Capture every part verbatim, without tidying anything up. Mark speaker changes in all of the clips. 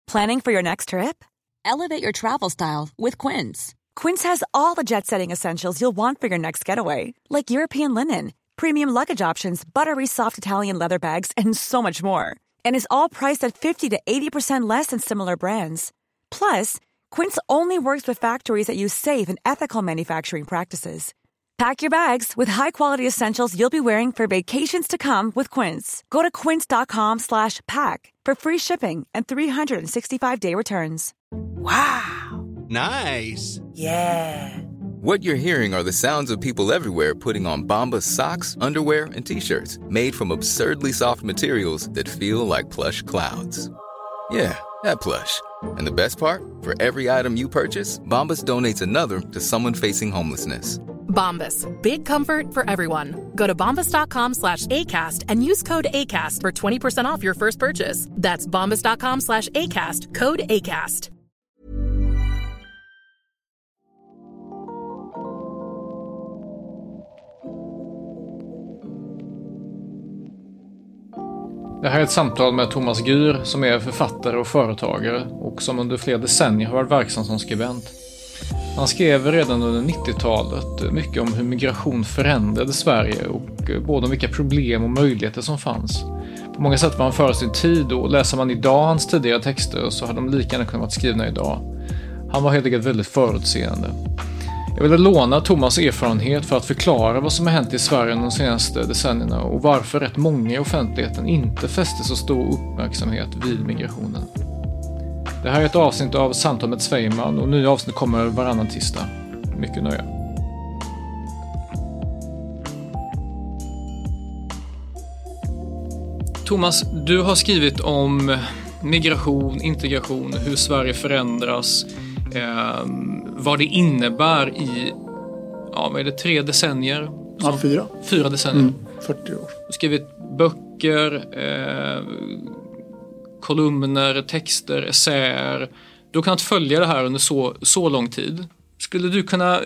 Speaker 1: Planning for your next trip?
Speaker 2: Elevate your travel style with Quince.
Speaker 1: Quince has all the jet-setting essentials you'll want for your next getaway, like European linen, premium luggage options, buttery soft Italian leather bags, and so much more. And is all priced at fifty to eighty percent less than similar brands. Plus, Quince only works with factories that use safe and ethical manufacturing practices. Pack your bags with high-quality essentials you'll be wearing for vacations to come with Quince. Go to quince.com slash pack for free shipping and three sixty-five day returns.
Speaker 3: Wow.
Speaker 4: Nice.
Speaker 3: Yeah.
Speaker 5: What you're hearing are the sounds of people everywhere putting on Bombas socks, underwear, and T-shirts made from absurdly soft materials that feel like plush clouds. Yeah, that plush. And the best part? For every item you purchase, Bombas donates another to someone facing homelessness.
Speaker 6: Bombas. Big comfort for everyone. Go to bombas.com slash ACAST and use code ACAST for twenty percent off your first purchase. That's bombas.com slash ACAST. Code ACAST.
Speaker 7: Det här är ett samtal med Thomas Gyr som är författare och företagare och som under flera decennier har varit verksam som skribent. Han skrev redan under nittiotalet mycket om hur migration förändrade Sverige och både om vilka problem och möjligheter som fanns. På många sätt var han före sin tid och läser man idag hans tidigare texter så har de lika gärna kunnat vara skrivna idag. Han var helt enkelt väldigt förutseende. Jag ville låna Thomas erfarenhet för att förklara vad som har hänt i Sverige de senaste decennierna och varför rätt många i offentligheten inte fäster så stor uppmärksamhet vid migrationen. Det här är ett avsnitt av Samtal med Svejman och nya avsnitt kommer varannan tisdag. Mycket nöje. Thomas, du har skrivit om migration, integration, hur Sverige förändras, eh, vad det innebär i, ja, vad är det, tre decennier?
Speaker 8: Ja, fyra.
Speaker 7: Fyra decennier.
Speaker 8: Mm, fyrtio år.
Speaker 7: Du har skrivit böcker, eh, kolumner, texter, essäer. Du har kunnat följa det här under så, så lång tid. Skulle du kunna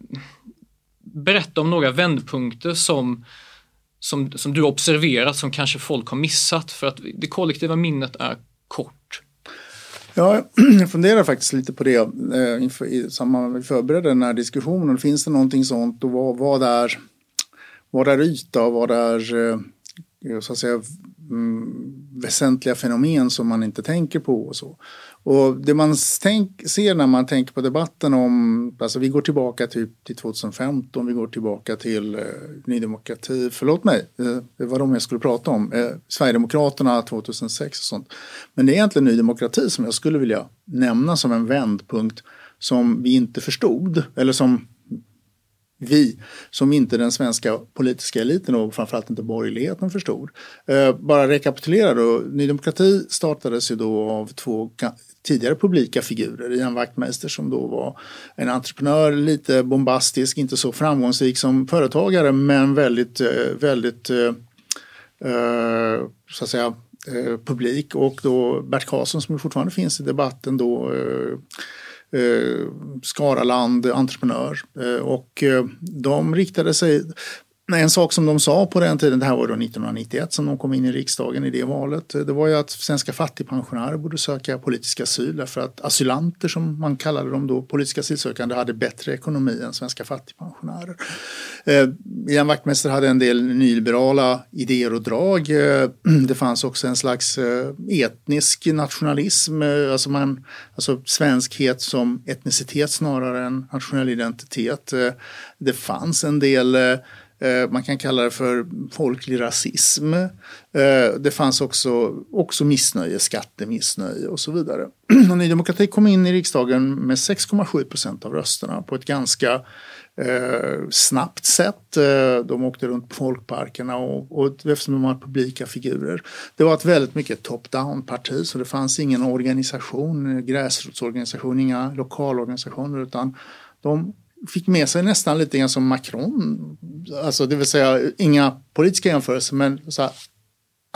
Speaker 7: berätta om några vändpunkter som, som, som du observerat som kanske folk har missat? För att det kollektiva minnet är kort.
Speaker 8: Ja, jag funderar faktiskt lite på det eh, inför, i samband med vi förberedde den här diskussionen. Finns det någonting sånt och vad, vad, är, vad är yta och vad är eh, så att säga mm, väsentliga fenomen som man inte tänker på och så. Och det man tänk, ser när man tänker på debatten om, alltså vi går tillbaka typ till tjugohundrafemton, vi går tillbaka till eh, Ny Demokrati, förlåt mig, eh, det var de jag skulle prata om, eh, Sverigedemokraterna tjugohundrasex och sånt. Men det är egentligen Ny Demokrati som jag skulle vilja nämna som en vändpunkt som vi inte förstod, eller som vi, som inte den svenska politiska eliten och framförallt inte borgerligheten förstod. Eh, bara rekapitulera då, Ny Demokrati startades ju då av två tidigare publika figurer. Ian Wachtmeister som då var en entreprenör, lite bombastisk, inte så framgångsrik som företagare men väldigt, väldigt eh, så att säga eh, publik. Och då Bert Karlsson som fortfarande finns i debatten då eh, Eh, Skaraland, entreprenör eh, och eh, de riktade sig, en sak som de sa på den tiden, det här var då nittonhundranittioett som de kom in i riksdagen i det valet, det var ju att svenska fattigpensionärer borde söka politisk asyl därför att asylanter som man kallade dem då, politiska asylsökande, hade bättre ekonomi än svenska fattigpensionärer. Eh, Ian Wachtmeister hade en del nyliberala idéer och drag. Eh, det fanns också en slags eh, etnisk nationalism, eh, alltså, man, alltså svenskhet som etnicitet snarare än nationell identitet. Eh, det fanns en del eh, man kan kalla det för folklig rasism. Det fanns också, också missnöje, skattemissnöje och så vidare. Och Ny Demokrati kom in i riksdagen med sex komma sju procent av rösterna på ett ganska eh, snabbt sätt. De åkte runt på folkparkerna och, och eftersom de var publika figurer. Det var ett väldigt mycket top-down-parti så det fanns ingen organisation, gräsrotsorganisation, inga lokalorganisationer utan de fick med sig nästan lite grann som Macron, alltså det vill säga inga politiska jämförelser men så här,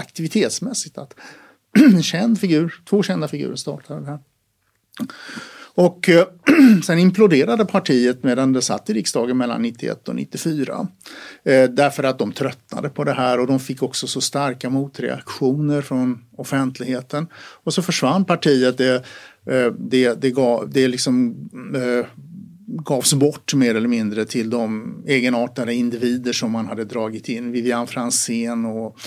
Speaker 8: aktivitetsmässigt att en känd figur, två kända figurer startade det här. Och eh, sen imploderade partiet medan det satt i riksdagen mellan nittioett och nittiofyra. Eh, därför att de tröttnade på det här och de fick också så starka motreaktioner från offentligheten. Och så försvann partiet. Det, eh, det, det, gav, det liksom, eh, gavs bort mer eller mindre till de egenartade individer som man hade dragit in. Vivian Franzén och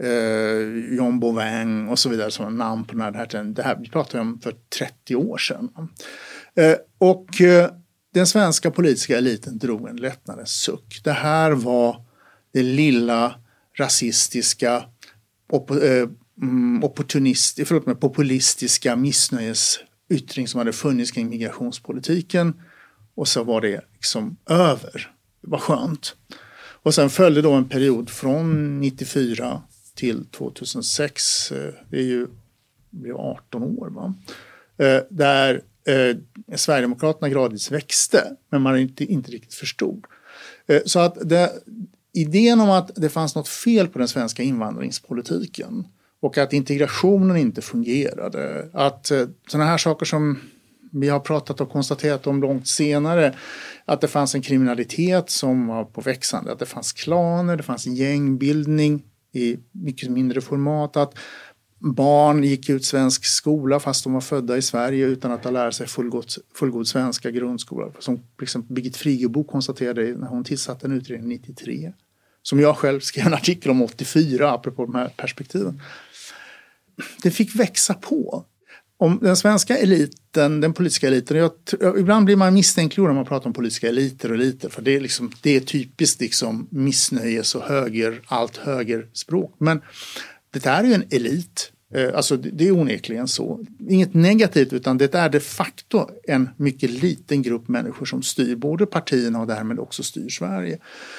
Speaker 8: eh, John Bouvin och så vidare som namn på den här. Det här vi pratade om för trettio år sedan. Eh, och eh, den svenska politiska eliten drog en lättnadens suck. Det här var det lilla rasistiska op- eh, opportunist, förlåt mig, populistiska missnöjesyttring som hade funnits kring migrationspolitiken. Och så var det liksom över. Det var skönt. Och sen följde då en period från nittiofyra till tvåtusensex. Det är ju det blev arton år. Va? Där eh, Sverigedemokraterna gradvis växte. Men man inte, inte riktigt förstod. Så att det, idén om att det fanns något fel på den svenska invandringspolitiken. Och att integrationen inte fungerade. Att eh, sådana här saker som vi har pratat och konstaterat om långt senare, att det fanns en kriminalitet som var på växande, att det fanns klaner, det fanns gängbildning i mycket mindre format, att barn gick ut svensk skola fast de var födda i Sverige utan att ha lärt sig fullgod, fullgod svenska grundskola. Som till exempel Birgit Friggebo konstaterade när hon tillsatte en utredning nittiotre. Som jag själv skrev en artikel om åttiofyra apropå de här perspektiven. Det fick växa på. Om den svenska eliten, den politiska eliten, jag, ibland blir man misstänklig när man pratar om politiska eliter och eliter, för det är, liksom, det är typiskt liksom missnöjes och höger, allt höger språk. Men det är ju en elit, alltså det är onekligen så. Inget negativt, utan det är de facto en mycket liten grupp människor som styr både partierna och därmed också styr Sverige.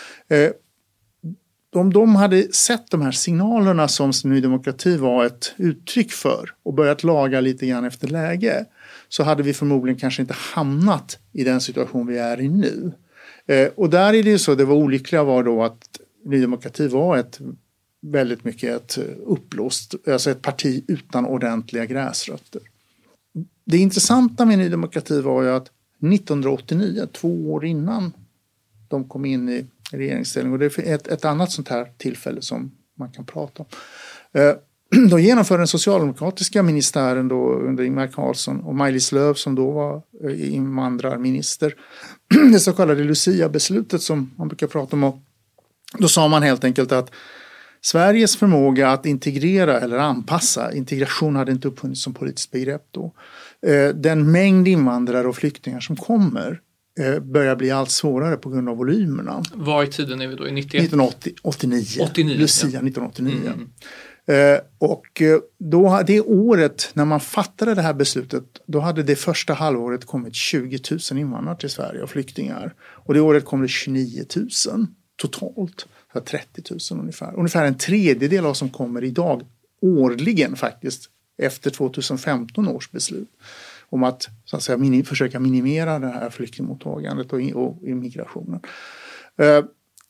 Speaker 8: Om de hade sett de här signalerna som Ny Demokrati var ett uttryck för och börjat laga lite grann efter läge, så hade vi förmodligen kanske inte hamnat i den situation vi är i nu. Eh, och där är det ju så, det var olyckliga var då att Ny Demokrati var ett väldigt mycket ett uppblåst, alltså ett parti utan ordentliga gräsrötter. Det intressanta med Ny Demokrati var ju att nittonhundraåttionio, två år innan de kom in i regeringsställning, och det är ett, ett annat sånt här tillfälle som man kan prata om. Eh, då genomförde den socialdemokratiska ministären då under Ingvar Carlsson och Maj-Lis Lööf som då var eh, invandrarminister det så kallade Lucia-beslutet som man brukar prata om. Och då sa man helt enkelt att Sveriges förmåga att integrera eller anpassa, integration hade inte uppfunnits som politiskt begrepp då. Eh, den mängd invandrare och flyktingar som kommer börjar bli allt svårare på grund av volymerna.
Speaker 7: Vad i tiden är vi då? I nittioett?
Speaker 8: nittonhundraåttionio. åttionio, Lucia ja. nittonhundraåttionio. Mm. Eh, och då, det året när man fattade det här beslutet, då hade det första halvåret kommit tjugo tusen invandrare till Sverige och flyktingar. Och det året kom det tjugonio tusen totalt. trettio tusen ungefär. Ungefär en tredjedel av som kommer idag årligen faktiskt efter tjugohundrafemton års beslut. Om att, så att säga, minim, försöka minimera det här flyktingmottagandet och, och immigrationen. Uh,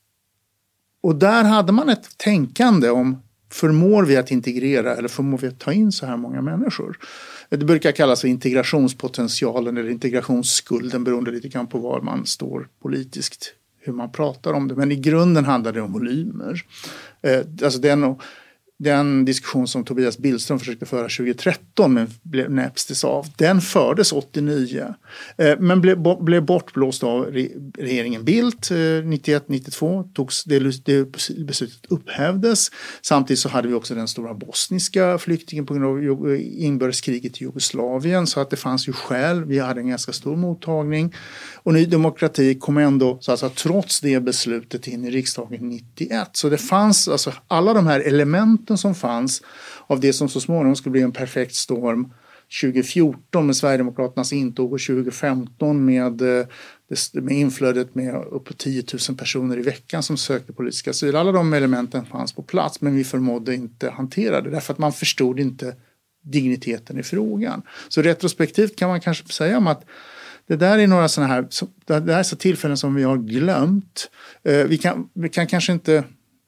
Speaker 8: och där hade man ett tänkande om, förmår vi att integrera eller förmår vi att ta in så här många människor? Det brukar kallas för integrationspotentialen eller integrationsskulden, beroende lite grann på var man står politiskt, hur man pratar om det. Men i grunden handlar det om volymer. Uh, alltså den Den diskussion som Tobias Billström försökte föra tjugohundratretton men blev näpstes av, den fördes åttionio. Eh, men blev, blev bortblåst av re, regeringen Bildt eh, nittioett nittiotvå. Togs, det, det beslutet upphävdes. Samtidigt så hade vi också den stora bosniska flyktingen på grund av inbördeskriget i Jugoslavien. Så att det fanns ju skäl. Vi hade en ganska stor mottagning. Och Ny Demokrati kom ändå, så alltså, trots det beslutet in i riksdagen nittioett. Så det fanns alltså alla de här elementen som fanns av det som så småningom skulle bli en perfekt storm tjugofjorton med Sverigedemokraternas intåg och tjugofemton med, med inflödet med upp på tio tusen personer i veckan som sökte politisk asyl. Alla de elementen fanns på plats, men vi förmådde inte hantera det därför att man förstod inte digniteten i frågan. Så retrospektivt kan man kanske säga om att det där är några sådana här, det där är så tillfällen som vi har glömt. Vi kan, vi kan kanske inte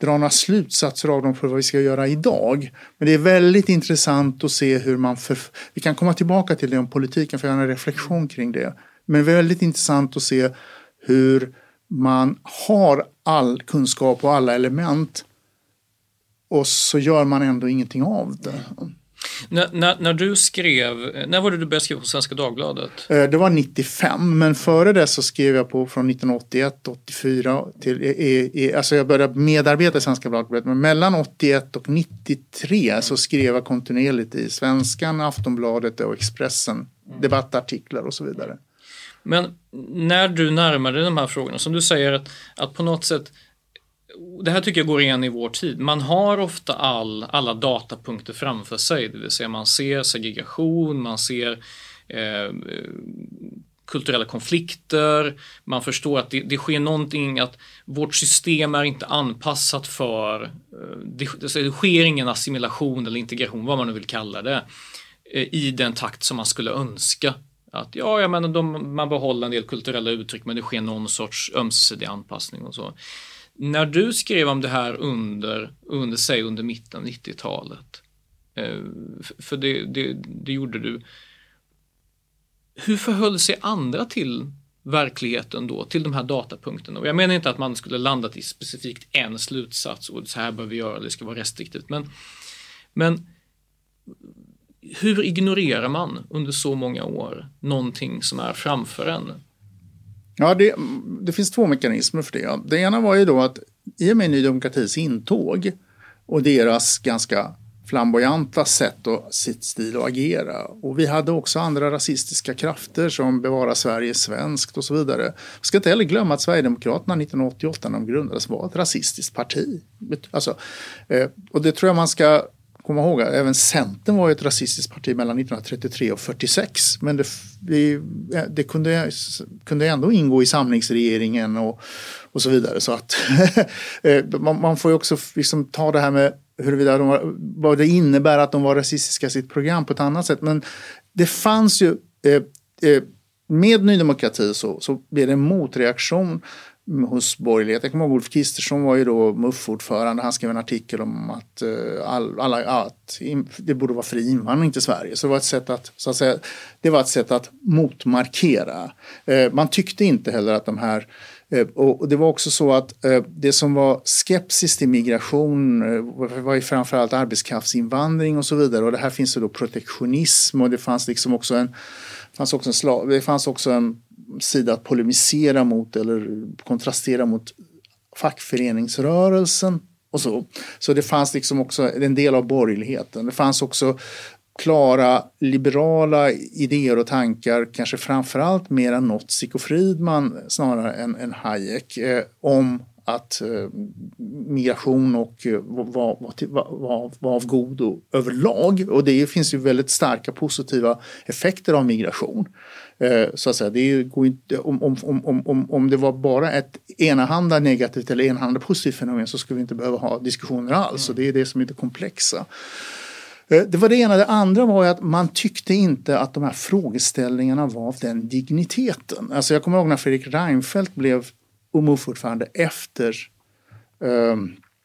Speaker 8: dra några slutsatser av dem för vad vi ska göra idag. Men det är väldigt intressant att se hur man... För, vi kan komma tillbaka till det om politiken för att göra en reflektion kring det. Men det är väldigt intressant att se hur man har all kunskap och alla element och så gör man ändå ingenting av det.
Speaker 7: När, när, när du skrev, när var det du började skriva på Svenska Dagbladet?
Speaker 8: Det var nittiofem, men före det så skrev jag på från nittonhundraåttioett åttiofyra till, e, e, alltså jag började medarbeta i Svenska Dagbladet, men mellan åttioett och nittiotre så skrev jag kontinuerligt i Svenskan, Aftonbladet och Expressen, debattartiklar och så vidare.
Speaker 7: Men när du närmade de här frågorna, som du säger att, att på något sätt, det här tycker jag går igen i vår tid. Man har ofta all, alla datapunkter framför sig. Det vill säga man ser segregation, man ser eh, kulturella konflikter. Man förstår att det, det sker någonting, att vårt system är inte anpassat för... Det, det sker ingen assimilation eller integration, vad man nu vill kalla det, i den takt som man skulle önska. Att ja, jag menar, de, man behåller en del kulturella uttryck, men det sker någon sorts ömsesidig anpassning och så. När du skrev om det här under, under sig under mitten av nittiotalet, eh, för det, det, det gjorde du, hur förhöll sig andra till verkligheten då, till de här datapunkterna? Och jag menar inte att man skulle landa till specifikt en slutsats och så här bör vi göra, det ska vara restriktivt, men, men hur ignorerar man under så många år någonting som är framför en?
Speaker 8: Ja, det, det finns två mekanismer för det. Det ena var ju då att i och med Ny Demokratis intåg och deras ganska flamboyanta sätt och sitt stil att agera. Och vi hade också andra rasistiska krafter som Bevara Sverige svenskt och så vidare. Vi ska inte heller glömma att Sverigedemokraterna nittonhundraåttioåtta när de grundades var ett rasistiskt parti. Alltså, och det tror jag man ska komma ihåg. Även Centern var ju ett rasistiskt parti mellan nittonhundratrettiotre och fyrtiosex. Men det, det, det kunde, kunde ändå ingå i samlingsregeringen och, och så vidare. Så att man, man får ju också liksom ta det här med huruvida de var, vad det innebär att de var rasistiska i sitt program på ett annat sätt. Men det fanns ju eh, eh, med Ny Demokrati så, så blev det en motreaktion hos borgerligheten. Jag kommer ihåg Ulf Kristersson var ju då M U F-ordförande. Han skrev en artikel om att, all, alla, att det borde vara fri invandring till Sverige. Så det var ett sätt att, så att säga, det var ett sätt att motmarkera. Man tyckte inte heller att de här... Och det var också så att det som var skepsis till migration var ju framförallt arbetskraftsinvandring och så vidare. Och det här finns ju då protektionism och det fanns liksom också en... fanns också en, slag, det fanns också en sida att polemisera mot eller kontrastera mot fackföreningsrörelsen och så. Så det fanns liksom också en del av borgerligheten. Det fanns också klara liberala idéer och tankar, kanske framförallt mer än Nozick och Friedman snarare än, än Hayek, eh, om att eh, migration och eh, var, var, var, var av godo överlag. Och det finns ju väldigt starka positiva effekter av migration. Eh, så att säga, det går inte, om, om, om, om, om det var bara ett enahanda negativt eller enahanda positivt fenomen så skulle vi inte behöva ha diskussioner alls. Och det är det som är det komplexa. Det var det ena. Det andra var att man tyckte inte att de här frågeställningarna var av den digniteten. Alltså jag kommer ihåg när Fredrik Reinfeldt blev U M U F-ordförande efter, eh,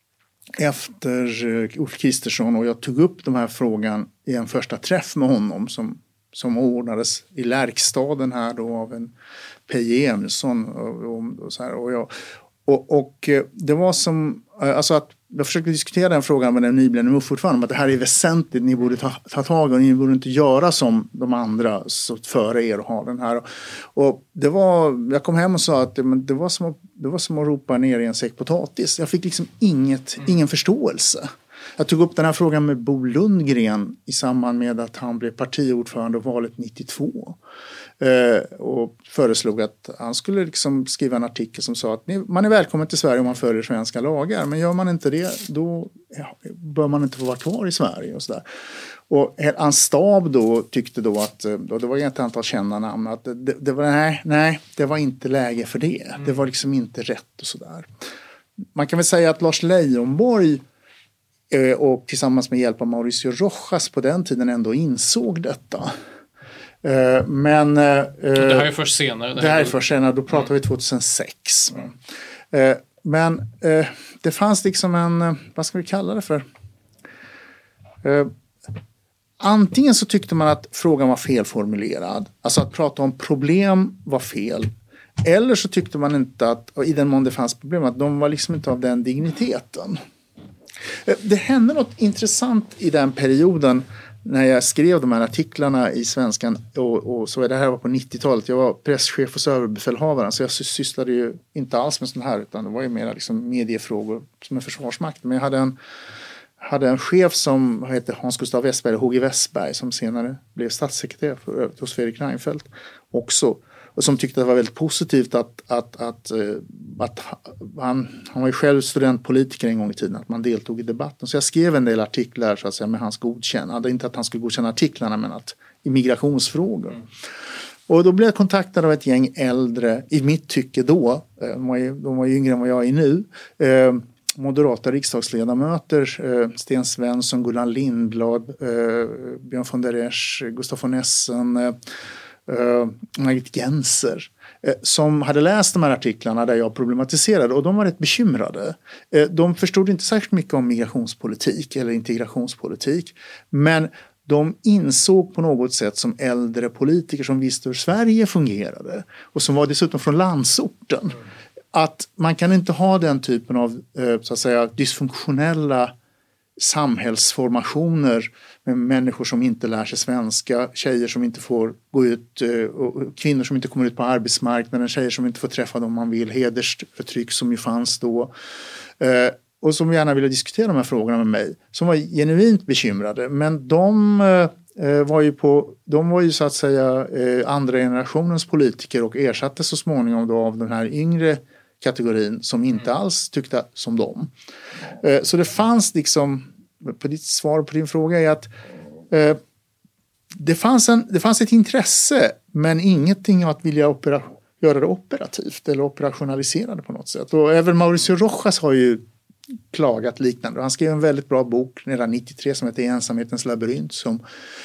Speaker 8: efter Ulf Kristersson och jag tog upp de här frågan i en första träff med honom som, som ordnades i Lärkstaden här då av en P J Emilsson och, och så här. Och, jag, och, och det var som, alltså att jag försökte diskutera den frågan med den nyblivna U M U F-ordförande om att det här är väsentligt, ni borde ta, ta tag och ni borde inte göra som de andra så före er och ha den här. Och det var, jag kom hem och sa att det, det, var, som att, det var som att ropa ner i en säck potatis. Jag fick liksom inget, mm. ingen förståelse. Jag tog upp den här frågan med Bo Lundgren i samband med att han blev partiordförande och valet nittiotvå. Eh, och föreslog att han skulle liksom skriva en artikel som sa att man är välkommen till Sverige om man följer svenska lagar. Men gör man inte det, då ja, bör man inte få vara kvar i Sverige och sådär. Och hans stab då tyckte då att, och det var ett antal kända namn, att det, det var nej, nej, det var inte läge för det. Mm. Det var liksom inte rätt och sådär. Man kan väl säga att Lars Leijonborg eh, och tillsammans med hjälp av Mauricio Rojas på den tiden ändå insåg detta. Uh, men, uh,
Speaker 7: det här är först senare.
Speaker 8: Det här är först senare, då pratar vi tjugohundrasex. Mm. Uh, men eh, det fanns liksom en, vad ska vi kalla det för? Eh, antingen så tyckte man att frågan var felformulerad. Alltså att prata om problem var fel. Eller så tyckte man inte att, i den mån det fanns problem, att de var liksom inte av den digniteten. Eh, det hände något intressant i den perioden när jag skrev de här artiklarna i Svenskan, och, och så är det här var på nittiotalet. Jag var presschef hos överbefälhavaren, så jag sysslade ju inte alls med sånt här, utan det var ju mer liksom mediefrågor som en försvarsmakt. Men jag hade en, hade en chef som hette Hans Gustav Westberg, H G Westberg, som senare blev statssekreterare för, hos Fredrik Reinfeldt också. Och som tyckte att det var väldigt positivt att, att, att, att han, han var ju själv studentpolitiker en gång i tiden, att man deltog i debatten. Så jag skrev en del artiklar så att säga, med hans godkännande. Inte att han skulle godkänna artiklarna, men att i migrationsfrågor. Mm. Och då blev jag kontaktad av ett gäng äldre, i mitt tycke då, de var ju, de var ju yngre än vad jag är nu, eh, moderata riksdagsledamöter, eh, Sten Svensson, Gullan Lindblad, eh, Björn von der Esch, Gustaf von Essen, eh, Uh, Margit Genser, uh, som hade läst de här artiklarna där jag problematiserade, och de var rätt bekymrade. Uh, de förstod inte särskilt mycket om migrationspolitik eller integrationspolitik, men de insåg på något sätt som äldre politiker som visste hur Sverige fungerade och som var dessutom från landsorten, mm. att man kan inte ha den typen av uh, så att säga dysfunktionella samhällsformationer med människor som inte lär sig svenska, tjejer som inte får gå ut, och kvinnor som inte kommer ut på arbetsmarknaden, tjejer som inte får träffa dem man vill, hedersförtryck som ju fanns då, och som gärna ville diskutera de här frågorna med mig, som var genuint bekymrade, men de var ju på, de var ju så att säga andra generationens politiker och ersattes så småningom då av den här yngre kategorin som inte alls tyckte som dem. Så det fanns liksom, på ditt svar på din fråga är att eh, det, fanns en, det fanns ett intresse, men ingenting att vilja opera, göra det operativt eller operationalisera det på något sätt. Och även Mauricio Rojas har ju klagat liknande. Han skrev en väldigt bra bok redan nittiotre som heter Ensamhetens labyrint, som,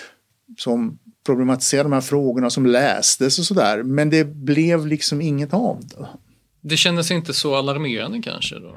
Speaker 8: som problematiserade de här frågorna, som lästes och sådär. Men det blev liksom inget av det.
Speaker 7: Det kändes inte så alarmerande kanske då?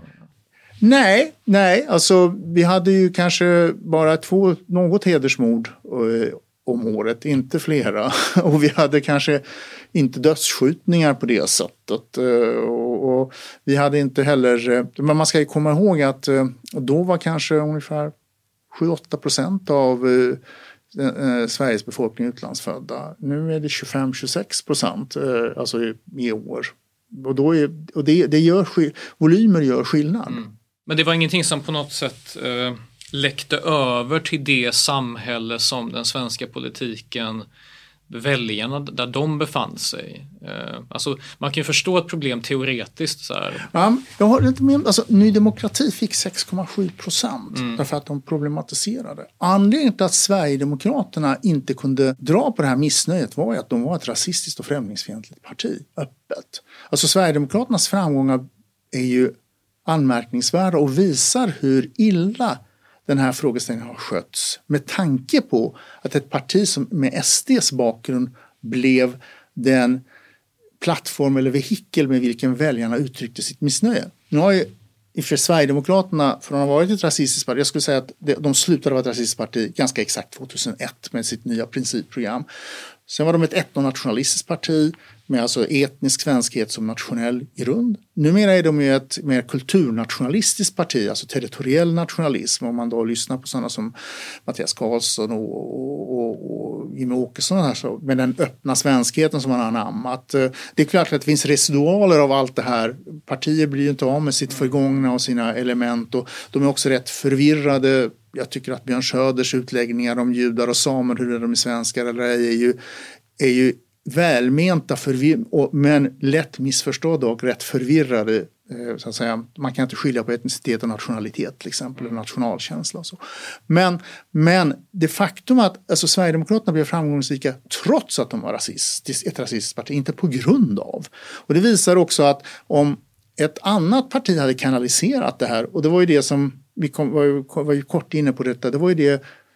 Speaker 8: Nej, nej, alltså vi hade ju kanske bara två, något hedersmord eh, om året, inte flera. Och vi hade kanske inte dödsskjutningar på det sättet. Eh, och, och vi hade inte heller, eh, men man ska ju komma ihåg att eh, då var kanske ungefär sju till åtta procent av eh, eh, Sveriges befolkning utlandsfödda. Nu är det tjugofem till tjugosex procent, eh, alltså i, i år. Och, då är, och det, det gör, volymer gör skillnad. Mm.
Speaker 7: Men det var ingenting som på något sätt eh, läckte över till det samhälle som den svenska politiken, väljarna, där de befann sig. Eh, alltså, man kan ju förstå ett problem teoretiskt. Så här.
Speaker 8: Ja, jag har inte med, alltså, Ny Demokrati fick sex komma sju procent mm. därför att de problematiserade. Anledningen till att Sverigedemokraterna inte kunde dra på det här missnöjet var ju att de var ett rasistiskt och främlingsfientligt parti, öppet. Alltså Sverigedemokraternas framgångar är ju anmärkningsvärda och visar hur illa den här frågeställningen har skötts, med tanke på att ett parti som med S D:s bakgrund blev den plattform eller vehikel med vilken väljarna uttryckte sitt missnöje. Nu har ju i för Sverigedemokraterna, för de har varit ett rasistiskt parti, jag skulle säga att de slutade vara ett rasistiskt parti ganska exakt tjugohundraett med sitt nya principprogram. Sen var de ett etnonationalistiskt parti med alltså etnisk svenskhet som nationell grund. Numera är de ju ett mer kulturnationalistiskt parti, alltså territoriell nationalism, om man då lyssnar på sådana som Mattias Karlsson och, och, och Jimmie Åkesson här, så, med den öppna svenskheten som man har anammat. Det är klart att det finns residualer av allt det här. Partier blir ju inte av med sitt förgångna och sina element, och de är också rätt förvirrade. Jag tycker att Björn Söders utläggningar om judar och samer, hur de är svenskar eller ej, är ju, är ju välmenta förvir- men lätt missförstådda och rätt förvirrade. Eh, så att säga. Man kan inte skilja på etnicitet och nationalitet till exempel, eller nationalkänsla och så. Men, men det faktum att alltså, Sverigedemokraterna blev framgångsrika trots att de var rasistiskt, ett rasistiskt parti, inte på grund av. Och det visar också att om ett annat parti hade kanaliserat det här, och det var ju det som vi kom, var, ju, var ju kort inne på detta, det var ju det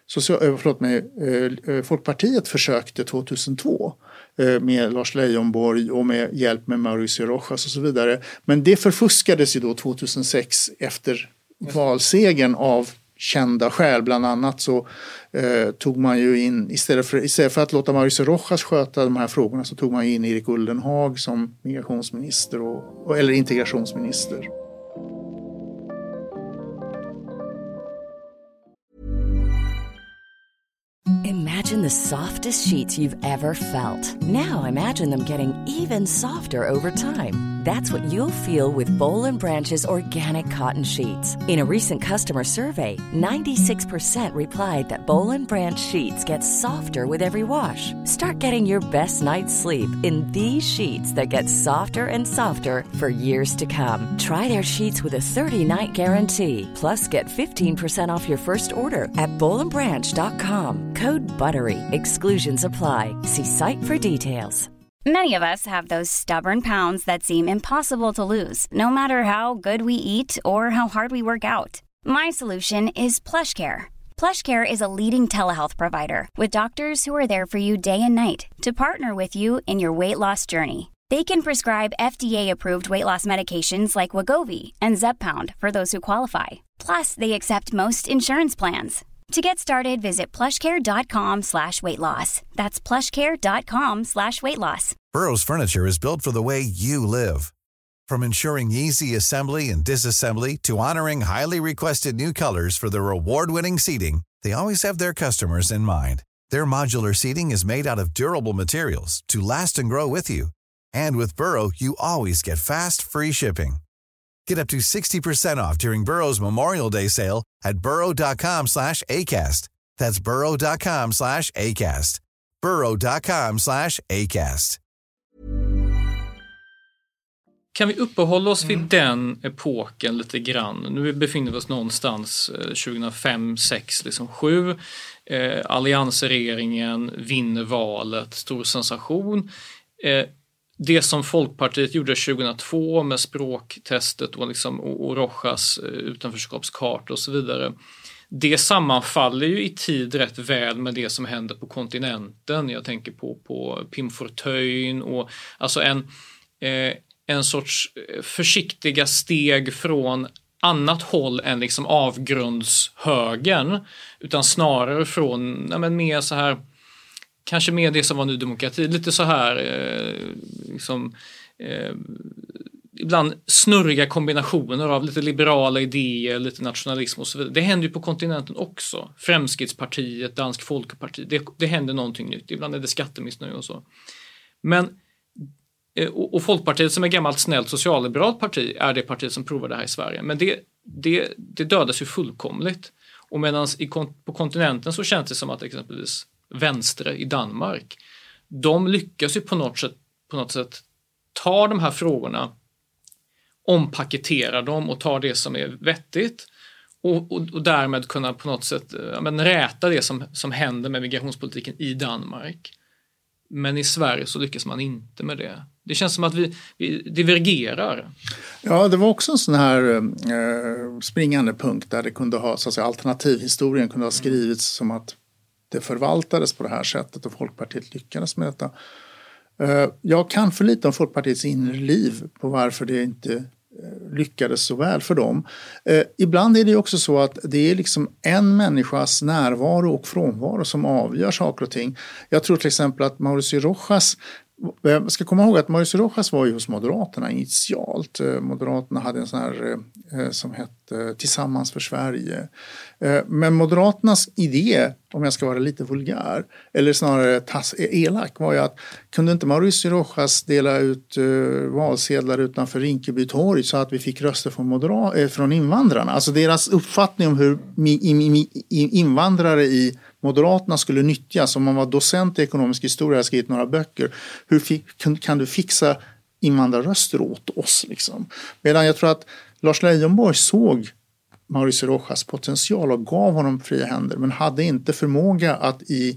Speaker 8: social, förlåt mig, Folkpartiet försökte tjugohundratvå med Lars Leijonborg och med hjälp med Mauricio Rojas och så vidare. Men det förfuskades ju då tjugohundrasex efter valsegern av kända skäl. Bland annat så eh, tog man ju in, istället för, istället för att låta Mauricio Rojas sköta de här frågorna, så tog man in Erik Ullenhag som migrationsminister och, eller integrationsminister.
Speaker 4: Imagine the softest sheets you've ever felt. Now imagine them getting even softer over time. That's what you'll feel with Boll and Branch's organic cotton sheets. In a recent customer survey, ninety-six percent replied that Boll and Branch sheets get softer with every wash. Start getting your best night's sleep in these sheets that get softer and softer for years to come. Try their sheets with a thirty-night guarantee. Plus, get fifteen percent off your first order at boll and branch dot com. Code BUTTERY. Exclusions apply. See site for details.
Speaker 9: Many of us have those stubborn pounds that seem impossible to lose, no matter how good we eat or how hard we work out. My solution is PlushCare. PlushCare is a leading telehealth provider with doctors who are there for you day and night to partner with you in your weight loss journey. They can prescribe F D A-approved weight loss medications like Wegovy and Zepbound for those who qualify. Plus, they accept most insurance plans. To get started, visit plushcare.com slash weight loss. That's plushcare.com slash weight loss.
Speaker 10: Burrow's furniture is built for the way you live. From ensuring easy assembly and disassembly to honoring highly requested new colors for their award-winning seating, they always have their customers in mind. Their modular seating is made out of durable materials to last and grow with you. And with Burrow, you always get fast, free shipping. Get up to sixty percent off during Burrow's Memorial Day sale at burrow.com slash ACAST. That's burrow.com slash ACAST. burrow.com slash ACAST.
Speaker 7: Kan vi uppehålla oss vid mm. den epoken lite grann? Nu befinner vi oss någonstans tjugohundrafem, sex, liksom sju. Eh, alliansregeringen vinner valet, stor sensation. Eh, Det som Folkpartiet gjorde tjugohundratvå med språktestet och, liksom, och, och Rojas utanförskapskarta och så vidare. Det sammanfaller ju i tid rätt väl med det som händer på kontinenten. Jag tänker på, på Pim Fortuyn och alltså en, eh, en sorts försiktiga steg från annat håll än liksom avgrundshögern, utan snarare från ja, men mer så här. Kanske mer det som var Ny demokrati, lite så här eh, liksom, eh, ibland snurriga kombinationer av lite liberala idéer, lite nationalism och så vidare. Det händer ju på kontinenten också. Fremskrittspartiet, Dansk Folkeparti, det, det händer någonting nytt. Ibland är det skattemissnöje och så. Men, eh, och, och Folkpartiet som är gammalt snällt socialliberalt parti är det parti som provar det här i Sverige. Men det, det, det dödas ju fullkomligt. Och medan i, på kontinenten så känns det som att exempelvis Venstre i Danmark, de lyckas ju på något sätt, på något sätt ta de här frågorna, ompaketera dem och ta det som är vettigt och, och, och därmed kunna på något sätt ja, men räta det som, som händer med migrationspolitiken i Danmark. Men i Sverige så lyckas man inte med det. Det känns som att vi, vi divergerar.
Speaker 8: Ja, det var också en sån här eh, springande punkt där det kunde ha, så att säga, alternativhistorien kunde ha skrivits som att det förvaltades på det här sättet och Folkpartiet lyckades med detta. Jag kan för lite om Folkpartiets inre liv på varför det inte lyckades så väl för dem. Ibland är det också så att det är liksom en människas närvaro och frånvaro som avgör saker och ting. Jag tror till exempel att Mauricio Rojas, jag ska komma ihåg att Mauricio Rojas var ju hos Moderaterna initialt. Moderaterna hade en sån här som hette Tillsammans för Sverige. Men Moderaternas idé, om jag ska vara lite vulgär, eller snarare tass, elak, var ju att kunde inte Mauricio Rojas dela ut valsedlar utanför Rinkeby torg så att vi fick röster från, modera- från invandrarna. Alltså deras uppfattning om hur invandrare i Moderaterna skulle nyttjas, om man var docent i ekonomisk historia och skrivit några böcker. Hur fick, kan, kan du fixa invandrarröster åt oss? Liksom? Medan jag tror att Lars Leijonborg såg Mauricio Rojas potential och gav honom fria händer, men hade inte förmåga att i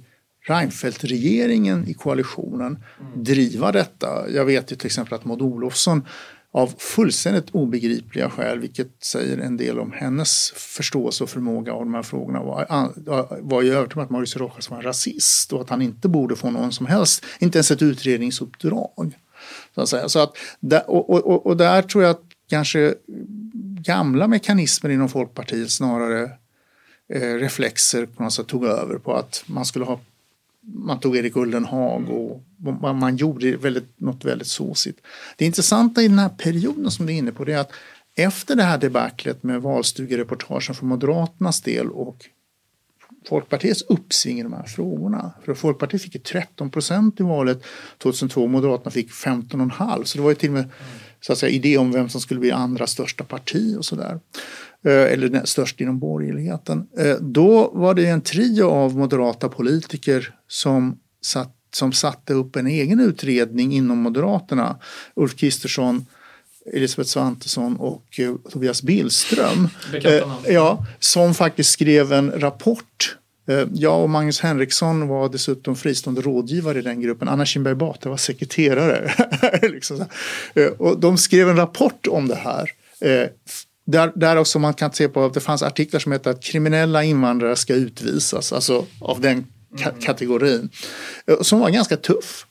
Speaker 8: Reinfeldt-regeringen i koalitionen mm. driva detta. Jag vet ju till exempel att Maud Olofsson av fullständigt obegripliga skäl, vilket säger en del om hennes förståelse och förmåga av de här frågorna, var, var ju övertygad om att Mauricio Rojas var en rasist och att han inte borde få någon som helst, inte ens ett utredningsuppdrag. Så att säga. Så att, och, och, och där tror jag att kanske gamla mekanismer inom Folkpartiet snarare eh, reflexer på något sätt tog över på att man skulle ha, man tog Erik Ullenhag och man, man gjorde väldigt, något väldigt såsigt. Det intressanta i den här perioden som du är inne på, det är att efter det här debaclet med valstugereportagen för Moderaternas del och Folkpartiets uppsving i de här frågorna. För Folkpartiet fick ju tretton procent i valet tjugohundratvå, Moderaterna fick femton komma fem. Så det var ju till och med så att säga, idé om vem som skulle bli andra största parti och sådär. Eller störst inom borgerligheten. Då var det en trio av moderata politiker som, satt, som satte upp en egen utredning inom Moderaterna. Ulf Kristersson, Elisabeth Svantesson och uh, Tobias Billström. Uh, ja, som faktiskt skrev en rapport. Uh, jag och Magnus Henriksson var dessutom fristående rådgivare i den gruppen. Anna Kinberg Batra var sekreterare. liksom så. Uh, och de skrev en rapport om det här. Uh, där, där också man kan se på att det fanns artiklar som heter att kriminella invandrare ska utvisas. Alltså av den ka- mm. kategorin. Uh, som var ganska tuff.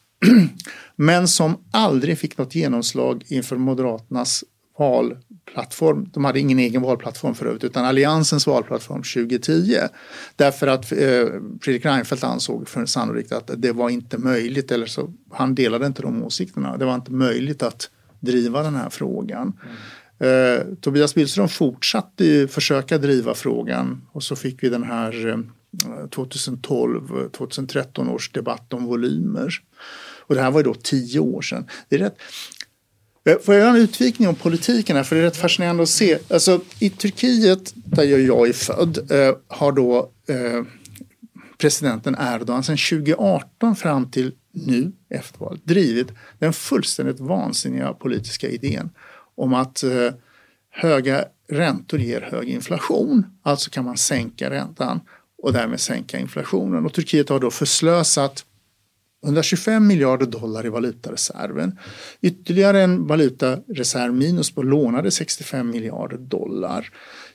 Speaker 8: Men som aldrig fick något genomslag inför Moderaternas valplattform. De hade ingen egen valplattform för övrigt, utan Alliansens valplattform tjugohundratio. Därför att eh, Fredrik Reinfeldt ansåg för sannolikt att det var inte möjligt, eller så han delade inte de åsikterna. Det var inte möjligt att driva den här frågan. Mm. Eh, Tobias Billström fortsatte ju försöka driva frågan och så fick vi den här eh, tjugotolv tjugotretton års debatt om volymer. Och det här var ju då tio år sedan. Det är rätt... Får jag göra en utvikning om politiken här? För det är rätt fascinerande att se. Alltså, i Turkiet, där jag är född, eh, har då eh, presidenten Erdogan sedan tjugo arton fram till nu, efter valet, drivit den fullständigt vansinniga politiska idén om att eh, höga räntor ger hög inflation. Alltså kan man sänka räntan och därmed sänka inflationen. Och Turkiet har då förslösat hundratjugofem miljarder dollar i valutareserven. Ytterligare en valutareserv minus på lånade sextiofem miljarder dollar.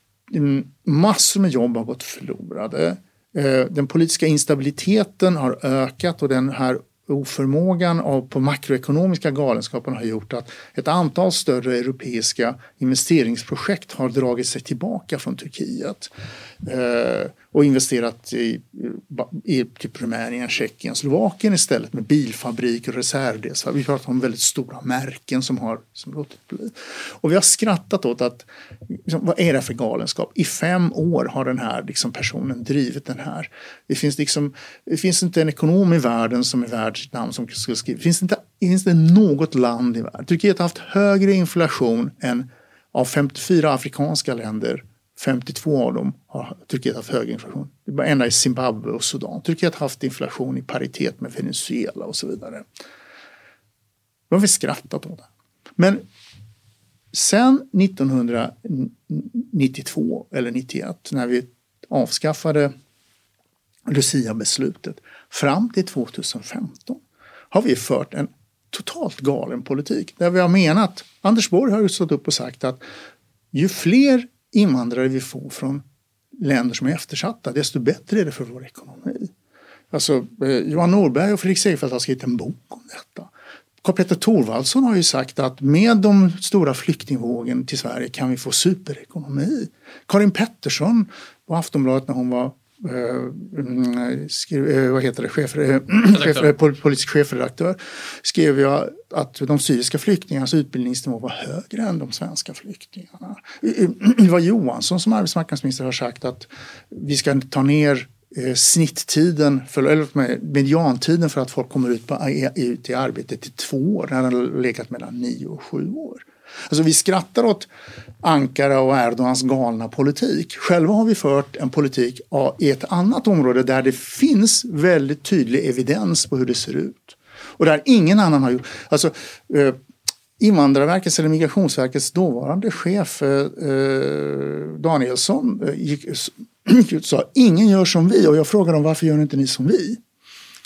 Speaker 8: Massor med jobb har gått förlorade. Den politiska instabiliteten har ökat och den här oförmågan av, på makroekonomiska galenskapen har gjort att ett antal större europeiska investeringsprojekt har dragit sig tillbaka från Turkiet eh, och investerat i, i typ Rumänien, Tjeckien, Slovakien istället med bilfabriker och reservdels. Vi pratar om väldigt stora märken som har som låtit bli. Och vi har skrattat åt att liksom, vad är det för galenskap? I fem år har den här liksom, personen drivit den här. Det finns, liksom, det finns inte en ekonom i världen som är värd sitt namn som skulle skriva. Finns det inte finns det något land i världen? Turkiet har haft högre inflation än av femtiofyra afrikanska länder. femtiotvå av dem har Turkiet haft högre inflation. Det är bara enda i Zimbabwe och Sudan. Turkiet har haft inflation i paritet med Venezuela och så vidare. Då har vi skrattat åt det. Men sen nittonhundranittiotvå eller nittioett när vi avskaffade Lucia-beslutet fram till tjugohundrafemton har vi fört en totalt galen politik. Där vi har menat, Anders Borg har ju stått upp och sagt att ju fler invandrare vi får från länder som är eftersatta, desto bättre är det för vår ekonomi. Alltså, eh, Johan Norberg och Fredrik Segerfeldt har skrivit en bok om detta. Karl-Petter Thorvaldsson har ju sagt att med de stora flyktingvågen till Sverige kan vi få superekonomi. Karin Pettersson på Aftonbladet när hon var Uh, skrev, uh, vad heter det, chef, uh, chef, uh, politisk chefredaktör, skrev jag att de syriska flyktingarnas utbildningsnivå var högre än de svenska flyktingarna. Det var Johansson som arbetsmarknadsminister har sagt att vi ska ta ner uh, snitttiden, för, eller mediantiden för att folk kommer ut, på, ut i arbete till två år, när den har legat mellan nio och sju år. Alltså vi skrattar åt Ankara och Erdogans galna politik. Själva har vi fört en politik i ett annat område där det finns väldigt tydlig evidens på hur det ser ut. Och där ingen annan har gjort. Alltså eh, Invandrarverkets eller Migrationsverkets dåvarande chef eh, Danielsson eh, gick, gick ut och sa ingen gör som vi. Och jag frågade dem varför gör inte ni som vi?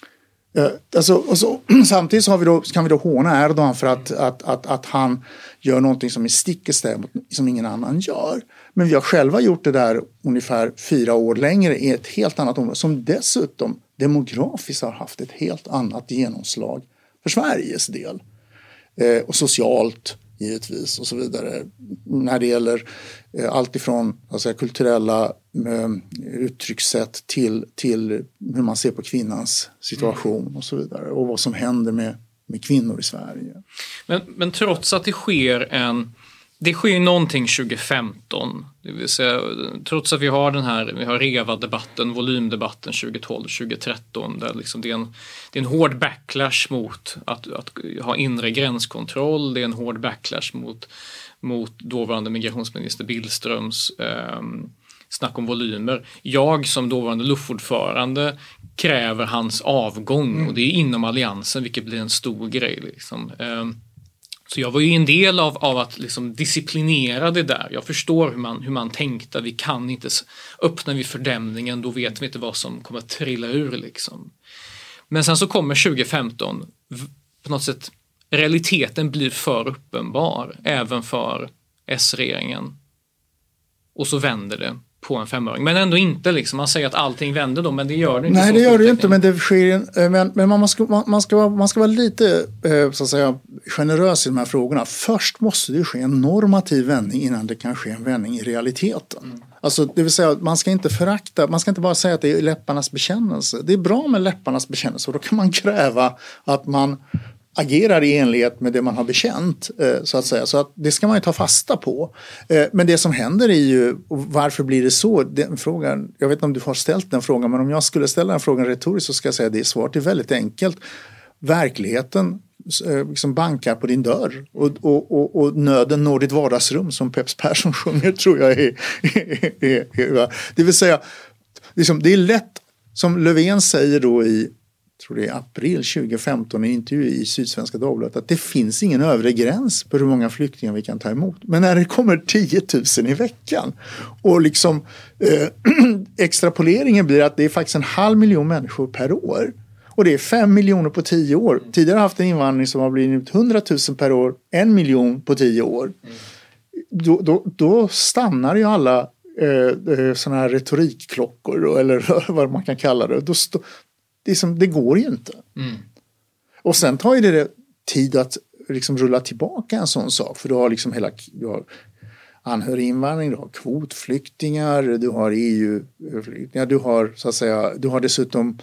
Speaker 8: Alltså, och så, samtidigt så har vi då, kan vi då håna Erdogan för att, att, att, att han gör någonting som är stick i stäv som ingen annan gör. Men vi har själva gjort det där ungefär fyra år längre i ett helt annat område som dessutom demografiskt har haft ett helt annat genomslag för Sveriges del. Eh, och socialt givetvis och så vidare. När det gäller eh, allt ifrån alltså, kulturella eh, uttryckssätt till, till hur man ser på kvinnans situation och så vidare. Och vad som händer med, med kvinnor i Sverige.
Speaker 7: Men, men trots att det sker en... Det sker någonting tjugo femton, det vill säga trots att vi har den här, vi har REVA-debatten, volymdebatten tjugo tolv tjugo tretton där liksom det, är en, det är en hård backlash mot att, att ha inre gränskontroll, det är en hård backlash mot, mot dåvarande migrationsminister Billströms eh, snack om volymer. Jag som dåvarande luftordförande kräver hans avgång mm. och det är inom alliansen vilket blir en stor grej liksom. Eh, Så jag var ju en del av, av att liksom disciplinera det där. Jag förstår hur man, hur man tänkte. Vi kan inte öppna vid fördämningen. Då vet vi inte vad som kommer att trilla ur. Liksom. Men sen så kommer tjugo femton. På något sätt, realiteten blir för uppenbar. Även för S-regeringen. Och så vänder det på en femöring. Men ändå inte liksom. Man säger att allting vänder då, men det gör det inte.
Speaker 8: Nej, det gör det inte, men det sker men, men man, ska, man, man, ska vara, man ska vara lite så att säga, generös i de här frågorna. Först måste det ske en normativ vändning innan det kan ske en vändning i realiteten. Mm. Alltså, det vill säga, man ska inte förakta, man ska inte bara säga att det är läpparnas bekännelse. Det är bra med läpparnas bekännelse och då kan man kräva att man agerar i enlighet med det man har bekänt så att säga. Så att det ska man ju ta fasta på. Men det som händer är ju, varför blir det så? Den frågan, jag vet inte om du har ställt den frågan, men om jag skulle ställa den frågan retoriskt så ska jag säga att det är svårt. Det är väldigt enkelt. Verkligheten liksom bankar på din dörr och, och, och, och nöden når ditt vardagsrum som Peps Persson sjunger tror jag är, är, är, är det vill säga liksom, det är lätt som Löfven säger då i tror det är april tjugo femton i en intervju i Sydsvenska Dagbladet att det finns ingen övre gräns på hur många flyktingar vi kan ta emot. Men när det kommer tio tusen i veckan och liksom eh, extrapoleringen blir att det är faktiskt en halv miljon människor per år. Och det är fem miljoner på tio år. Tidigare har haft en invandring som har blivit hundratusen per år, en miljon på tio år. Då, då, då stannar ju alla eh, sådana här retorikklockor då, eller vad man kan kalla det. Då st- det, är som, det går ju inte. Mm. Och sen tar ju det tid att liksom rulla tillbaka en sån sak. För du har liksom hela... Du har anhöriginvandring, du har kvotflyktingar, du har E U-flyktingar, du har så att säga, du har dessutom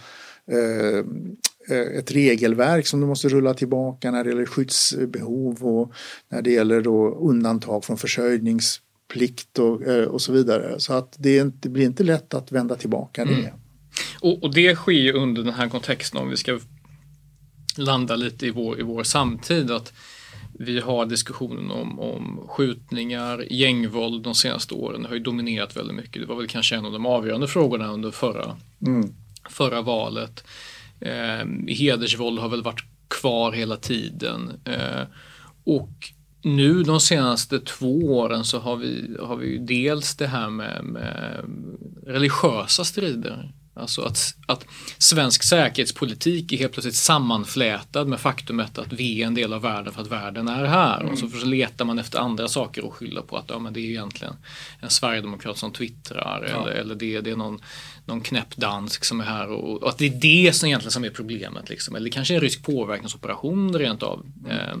Speaker 8: ett regelverk som du måste rulla tillbaka när det gäller skyddsbehov och när det gäller då undantag från försörjningsplikt och, och så vidare. Så att det, inte, det blir inte lätt att vända tillbaka det. Mm.
Speaker 7: Och, och det sker ju under den här kontexten om vi ska landa lite i vår, i vår samtid att vi har diskussionen om, om skjutningar, gängvåld de senaste åren har ju dominerat väldigt mycket. Det var väl kanske en av de avgörande frågorna under förra mm. förra valet. Eh, hedersvåld har väl varit kvar hela tiden. Eh, och nu de senaste två åren så har vi, har vi ju dels det här med, med religiösa strider. Alltså att, att svensk säkerhetspolitik är helt plötsligt sammanflätad med faktumet att vi är en del av världen för att världen är här. Mm. Och så letar man efter andra saker och skylla på att ja, men det är egentligen en sverigedemokrat som twittrar ja. eller, eller det, det är någon, någon knäpp dansk som är här. Och, och att det är det som egentligen som är problemet. Liksom. Eller kanske en rysk påverkansoperation rent av. Mm. Eh,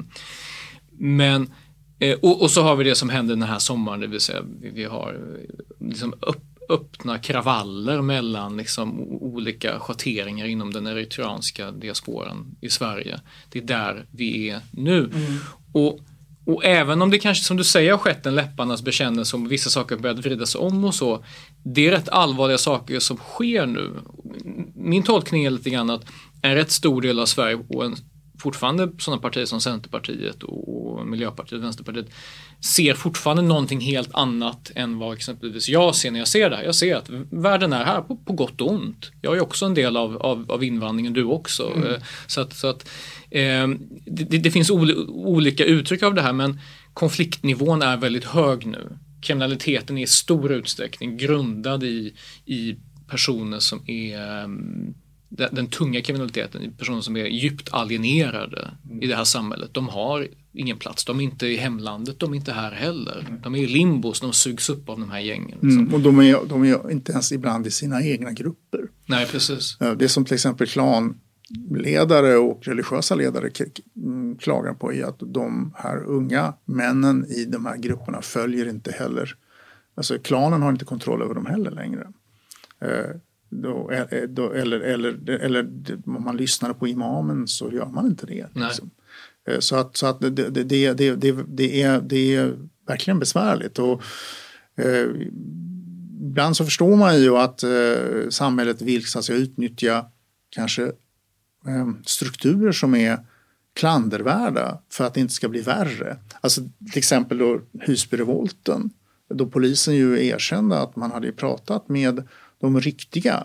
Speaker 7: men eh, och, och så har vi det som hände den här sommaren, det vill säga vi, vi har liksom upp öppna kravaller mellan liksom olika schatteringar inom den eritreanska diasporan i Sverige. Det är där vi är nu. Mm. Och, och även om det kanske som du säger har skett en läpparnas bekännelse om vissa saker börjat vridas om och så, det är rätt allvarliga saker som sker nu. Min tolkning är lite grann att en rätt stor del av Sverige och en, fortfarande sådana partier som Centerpartiet och Miljöpartiet och Vänsterpartiet ser fortfarande någonting helt annat än vad exempelvis jag ser när jag ser det här. Jag ser att världen är här på, på gott och ont. Jag är också en del av, av, av invandringen, du också. Mm. Så att, så att eh, det, det finns ol, olika uttryck av det här, men konfliktnivån är väldigt hög nu. Kriminaliteten är i stor utsträckning grundad i, i personer som är den, den tunga kriminaliteten, personer som är djupt alienerade mm. i det här samhället, de har ingen plats. De är inte i hemlandet, de är inte här heller. Mm. De är i limbos, de sugs upp av de här gängen. Liksom.
Speaker 8: Mm, och de är, de är inte ens ibland i sina egna grupper.
Speaker 7: Nej, precis.
Speaker 8: Det är som till exempel klanledare och religiösa ledare klagar på är att de här unga männen i de här grupperna följer inte heller. Alltså klanen har inte kontroll över dem heller längre. Eh, då, då, eller, eller, eller om man lyssnar på imamen så gör man inte det. Liksom. Eh, så att, så att det, det, det, det, det, det, är, det är verkligen besvärligt. Och, eh, ibland så förstår man ju att eh, samhället vill så att säga, utnyttja kanske eh, strukturer som är klandervärda för att det inte ska bli värre. Alltså till exempel då Husbyrevolten. Då polisen ju erkände att man hade pratat med de riktiga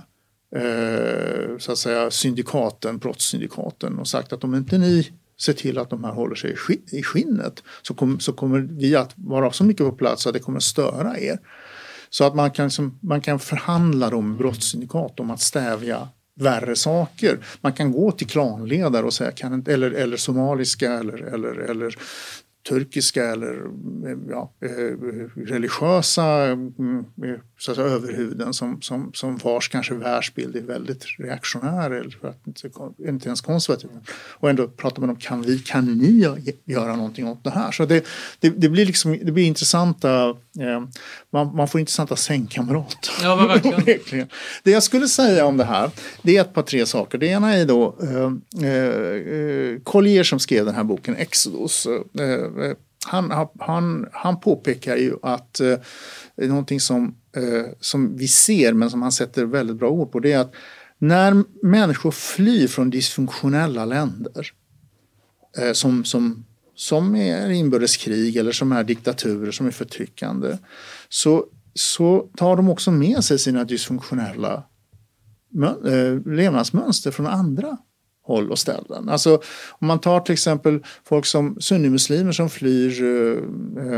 Speaker 8: eh, så att säga, syndikaten, brottssyndikaten och sagt att om inte ni ser till att de här håller sig i skinnet så, kom, så kommer vi att vara så mycket på plats att det kommer att störa er. Så att man kan, som, man kan förhandla om brottssyndikat om att stävja värre saker. Man kan gå till klanledare och säga kan inte, eller, eller somaliska eller, eller, eller turkiska eller ja, religiösa så att säga, överhuvuden som, som, som vars kanske världsbild är väldigt reaktionär eller för att inte, inte ens konservativ. Och ändå pratar man om kan, vi, kan ni göra någonting åt det här? Så det, det, det blir liksom det blir intressanta eh, man, man får intressanta sängkamrater.
Speaker 7: Ja, men verkligen.
Speaker 8: Det jag skulle säga om det här det är ett par tre saker. Det ena är då eh, eh, Collier som skrev den här boken Exodus. Eh, Han, han, han påpekar ju att eh, någonting som, eh, som vi ser men som han sätter väldigt bra ord på det är att när människor flyr från dysfunktionella länder eh, som, som, som är inbördeskrig eller som är diktaturer som är förtryckande så, så tar de också med sig sina dysfunktionella äh, levnadsmönster från andra håll och ställen. Alltså om man tar till exempel folk som sunnimuslimer som flyr eh,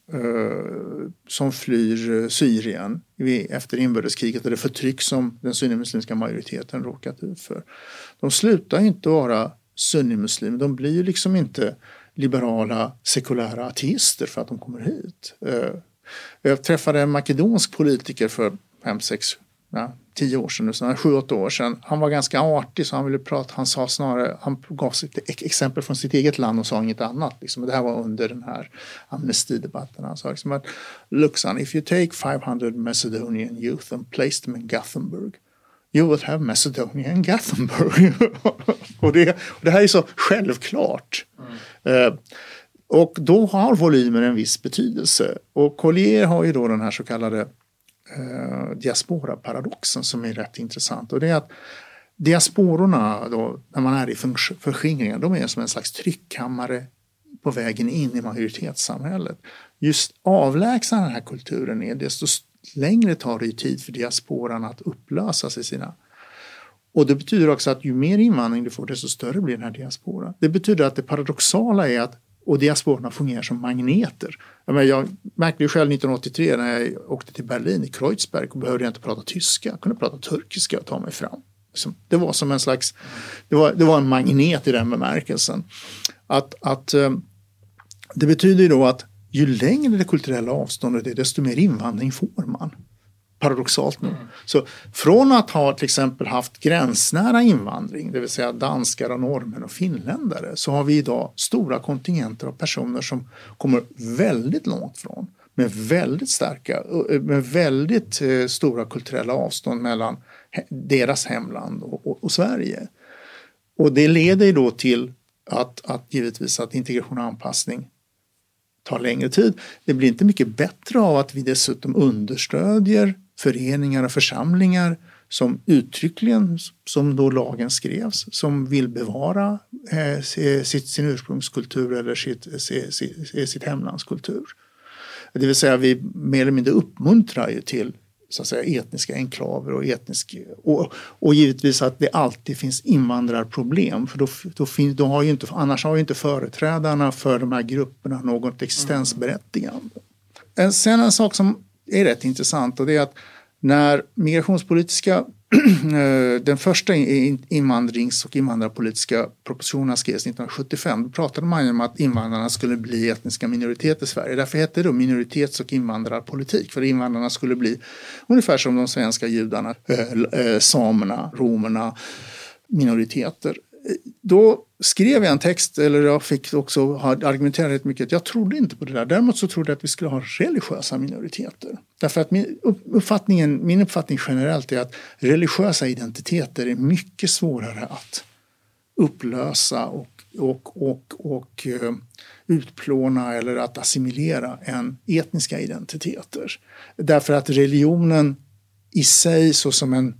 Speaker 8: eh, som flyr Syrien efter inbördeskriget och det förtryck som den sunnimuslimska majoriteten råkat ut för. De slutar inte vara sunnimuslimer. De blir ju liksom inte liberala sekulära ateister för att de kommer hit. Eh, jag träffade en makedonsk politiker för fem, sex Ja, tio år sedan, nu, sju, åtta år sedan. Han var ganska artig så han ville prata, han sa snarare, han gav sitt exempel från sitt eget land och sa inget annat. Liksom. Det här var under den här amnestidebatten. Han sa liksom att, look son, if you take five hundred Macedonian youth and place them in Gothenburg, you will have Macedonia and Gothenburg. och, det, och det här är så självklart. Mm. Uh, och då har volymen en viss betydelse. Och Collier har ju då den här så kallade Uh, diaspora-paradoxen som är rätt intressant och det är att diaspororna då, när man är i förskingringen, de är som en slags tryckkammare på vägen in i majoritetssamhället. Just avlägsna den här kulturen är desto längre tar det i tid för diasporan att upplösas i sina och det betyder också att ju mer invandring du får desto större blir den här diasporan. Det betyder att det paradoxala är att och diasporerna fungerar som magneter. Jag, menar, jag märkte ju själv nittonhundraåttiotre när jag åkte till Berlin i Kreuzberg och behövde jag inte prata tyska. Jag kunde prata turkiska och ta mig fram. Det var som en slags, det var, det var en magnet i den bemärkelsen. Att, att, det betyder ju då att ju längre det kulturella avståndet är desto mer invandring får man. Paradoxalt nog. Så från att ha till exempel haft gränsnära invandring, det vill säga danskar och norrmän och finländare, så har vi idag stora kontingenter av personer som kommer väldigt långt från med väldigt starka, med väldigt eh, stora kulturella avstånd mellan he- deras hemland och, och, och Sverige. Och det leder ju då till att, att givetvis att integration och anpassning tar längre tid. Det blir inte mycket bättre av att vi dessutom understödjer föreningar och församlingar som uttryckligen, som då lagen skrevs, som vill bevara eh, sitt, sin ursprungskultur eller sitt, sitt, sitt hemlandskultur. Det vill säga vi mer eller mindre uppmuntrar ju till så att säga, etniska enklaver och etnisk och, och givetvis att det alltid finns invandrarproblem för då, då, fin, då har ju inte, annars har ju inte företrädarna för de här grupperna något existensberättigande. En, sen en sak som är rätt intressant och det är att när migrationspolitiska den första invandrings- och invandrarpolitiska propositionen skrevs nittonhundrasjuttiofem. Då pratade man om att invandrarna skulle bli etniska minoriteter i Sverige. Därför hette det då minoritets- och invandrarpolitik. För invandrarna skulle bli ungefär som de svenska judarna, äh, samerna, romerna, minoriteter. Då skrev jag en text, eller jag fick också ha argumenterat rätt mycket. Jag trodde inte på det där. Däremot så trodde jag att vi skulle ha religiösa minoriteter. Därför att min uppfattning, min uppfattning generellt är att religiösa identiteter är mycket svårare att upplösa och, och, och, och uh, utplåna eller att assimilera än etniska identiteter. Därför att religionen i sig så som en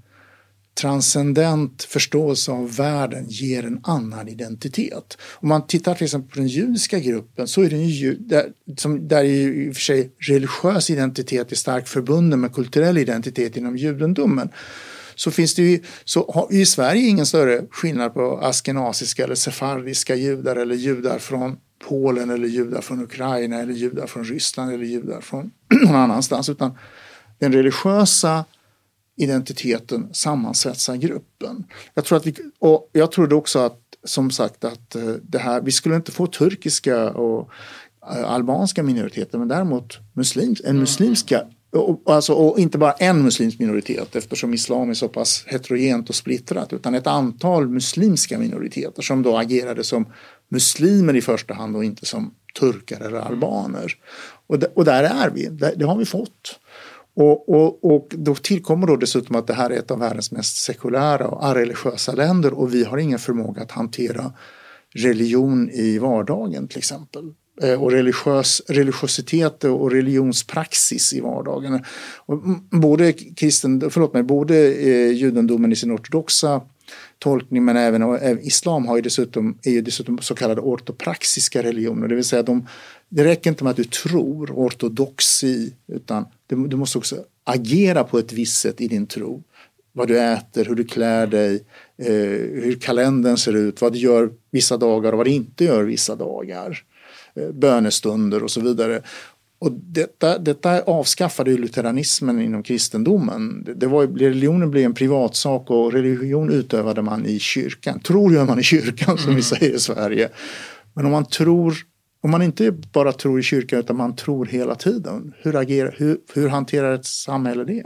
Speaker 8: transcendent förståelse av världen ger en annan identitet. Om man tittar till exempel på den judiska gruppen så är den ju där, som, där är ju i och för sig religiös identitet är starkt förbunden med kulturell identitet inom judendomen. Så finns det ju, så har i Sverige ingen större skillnad på askenasiska eller sefardiska judar eller judar från Polen eller judar från Ukraina eller judar från Ryssland eller judar från någon annanstans, utan den religiösa identiteten sammansvetsar gruppen. Jag tror att vi, och jag trodde också att, som sagt, att det här, vi skulle inte få turkiska och albanska minoriteter, men däremot muslims, en muslimska, och, alltså, och inte bara en muslimsk minoritet eftersom islam är så pass heterogent och splittrat, utan ett antal muslimska minoriteter som då agerade som muslimer i första hand och inte som turkar eller albaner. Och, och där är vi, det, det har vi fått. Och, och, och då tillkommer då dessutom att det här är ett av världens mest sekulära och areligiösa länder och vi har ingen förmåga att hantera religion i vardagen till exempel. Och religiös, religiositet och religionspraxis i vardagen. Och både, kristen, förlåt mig, både eh, judendomen i sin ortodoxa tolkning men även och, även islam har ju dessutom, är ju dessutom så kallade ortopraxiska religioner. Det vill säga de, det räcker inte med att du tror ortodoxi, utan du, du måste också agera på ett visst sätt i din tro. Vad du äter, hur du klär dig, eh, hur kalendern ser ut, vad du gör vissa dagar och vad du inte gör vissa dagar. Eh, bönestunder och så vidare. Och detta, detta avskaffade ju lutheranismen inom kristendomen. Det var, religionen blev en privatsak och religion utövade man i kyrkan. Tror gör man i kyrkan som vi säger i Sverige. Men om man tror, om man inte bara tror i kyrkan utan man tror hela tiden. Hur, agerar, hur, hur hanterar ett samhälle det?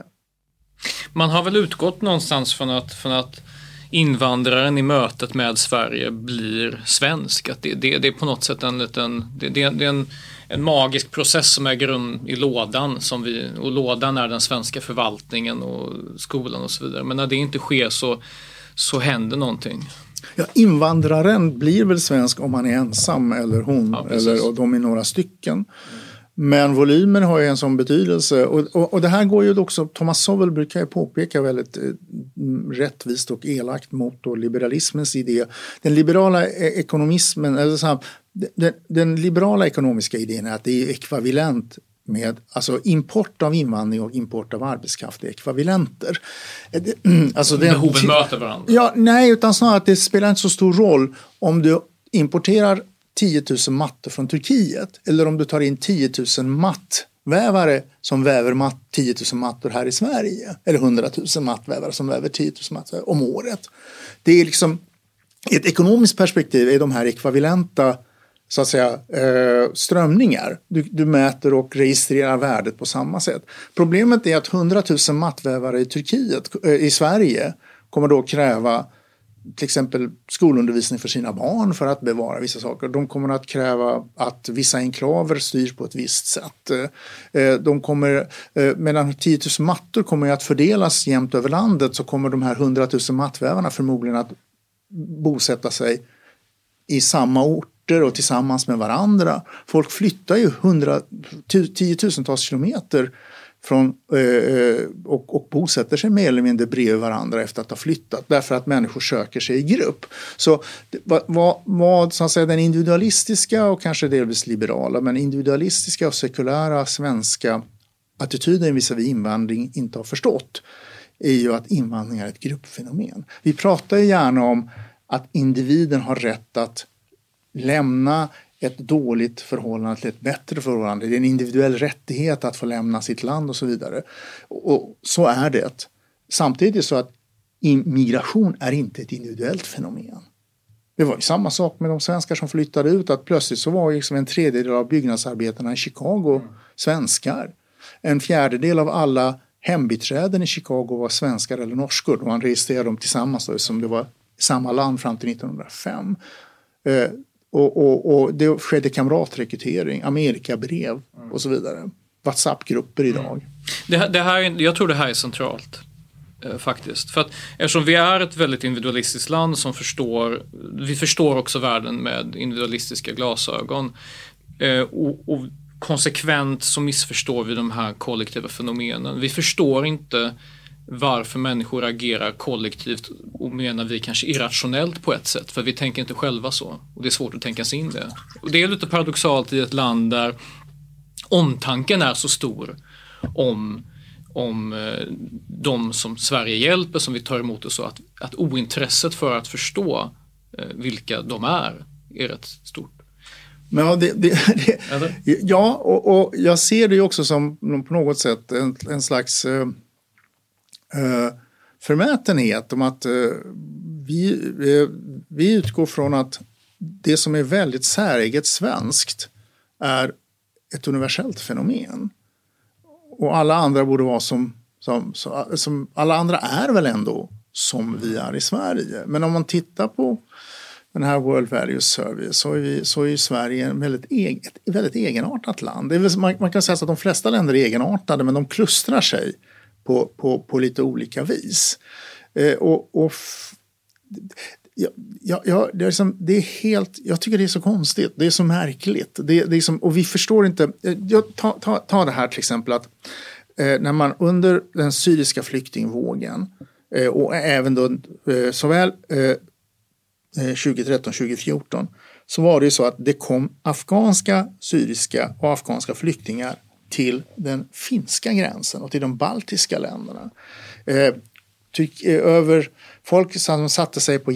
Speaker 7: Man har väl utgått någonstans från att, från att invandraren i mötet med Sverige blir svensk. Att det, det, det är på något sätt en liten, det, det, det är en, en magisk process som äger rum i lådan. Som vi, och lådan är den svenska förvaltningen och skolan och så vidare. Men när det inte sker så, så händer någonting.
Speaker 8: Ja, invandraren blir väl svensk om han är ensam eller hon. Ja, eller och de är några stycken. Mm. Men volymen har ju en sån betydelse och, och, och det här går ju också, Thomas Sowell brukar ju påpeka väldigt eh, rättvist och elakt mot då liberalismens idé. Den liberala ekonomismen, eller så här, den, den liberala ekonomiska idén är att det är ekvivalent med, alltså import av invandring och import av arbetskraft är ekvivalenter. Alltså den,
Speaker 7: behoven möter varandra.
Speaker 8: Ja, nej, utan snarare att det spelar inte så stor roll om du importerar tio tusen mattor från Turkiet eller om du tar in tio tusen mattvävare som väver matt, tio tusen mattor här i Sverige eller hundra tusen mattvävare som väver tio tusen mattor om året. Det är liksom, i ett ekonomiskt perspektiv är de här ekvivalenta så att säga eh, strömningar. Du, du mäter och registrerar värdet på samma sätt. Problemet är att hundra tusen mattvävare i Turkiet, eh, i Sverige kommer då kräva till exempel skolundervisning för sina barn för att bevara vissa saker. De kommer att kräva att vissa enklaver styrs på ett visst sätt. De kommer, medan tio tusen mattor kommer att fördelas jämnt över landet så kommer de här hundra tusen mattvävarna förmodligen att bosätta sig i samma orter och tillsammans med varandra. Folk flyttar ju hundra, tiotusentals kilometer från, eh, och, och bosätter sig mer eller mindre bredvid varandra efter att ha flyttat därför att människor söker sig i grupp. Så vad, vad, vad så att säga, den individualistiska och kanske delvis liberala men individualistiska och sekulära svenska attityden visavi invandring inte har förstått är ju att invandring är ett gruppfenomen. Vi pratar ju gärna om att individen har rätt att lämna ett dåligt förhållande till ett bättre förhållande. Det är en individuell rättighet att få lämna sitt land och så vidare. Och så är det. Samtidigt är det så att immigration är inte ett individuellt fenomen. Det var ju samma sak med de svenskar som flyttade ut, att plötsligt så var liksom en tredjedel av byggnadsarbetarna i Chicago svenskar. En fjärdedel av alla hembiträden i Chicago var svenskar eller norskor, och man registrerade dem tillsammans då, som det var samma land fram till nittonhundrafem. Eh, och, och, och det skedde kamratrekrytering, Amerikabrev och så vidare. WhatsApp-grupper idag.
Speaker 7: Det, det här, jag tror det här är centralt. Faktiskt. För att eftersom vi är ett väldigt individualistiskt land som förstår, vi förstår också världen med individualistiska glasögon, eh, och, och konsekvent så missförstår vi de här kollektiva fenomenen. Vi förstår inte varför människor agerar kollektivt, och menar vi kanske irrationellt på ett sätt, för vi tänker inte själva så, och det är svårt att tänka sig in det. Och det är lite paradoxalt i ett land där omtanken är så stor om om eh, de som Sverige hjälper, som vi tar emot, och så att, att ointresset för att förstå eh, vilka de är är rätt stort.
Speaker 8: Ja, det, det, det, ja och, och jag ser det ju också som på något sätt en, en slags eh, förmätenhet om att eh, vi, eh, vi utgår från att det som är väldigt säreget svenskt är ett universellt fenomen. Och alla andra borde vara som, som, som, som, alla andra är väl ändå som vi är i Sverige. Men om man tittar på den här World Values Survey så är, vi, så är ju Sverige en väldigt, egen, ett väldigt egenartat land. Det är väl, man, man kan säga att de flesta länder är egenartade, men de klustrar sig på, på, på lite olika vis. Eh, och, och f, ja, ja, ja, det, är liksom, det är helt, jag tycker det är så konstigt, det är så märkligt. Det, det är som, och vi förstår inte, jag, ta, ta, ta det här till exempel att eh, när man under den syriska flyktingvågen eh, och även då eh, såväl eh, tjugohundratretton tjugofjorton så var det ju så att det kom afghanska, syriska och afghanska flyktingar till den finska gränsen och till de baltiska länderna. Eh, tyck, eh, över folk som satte sig på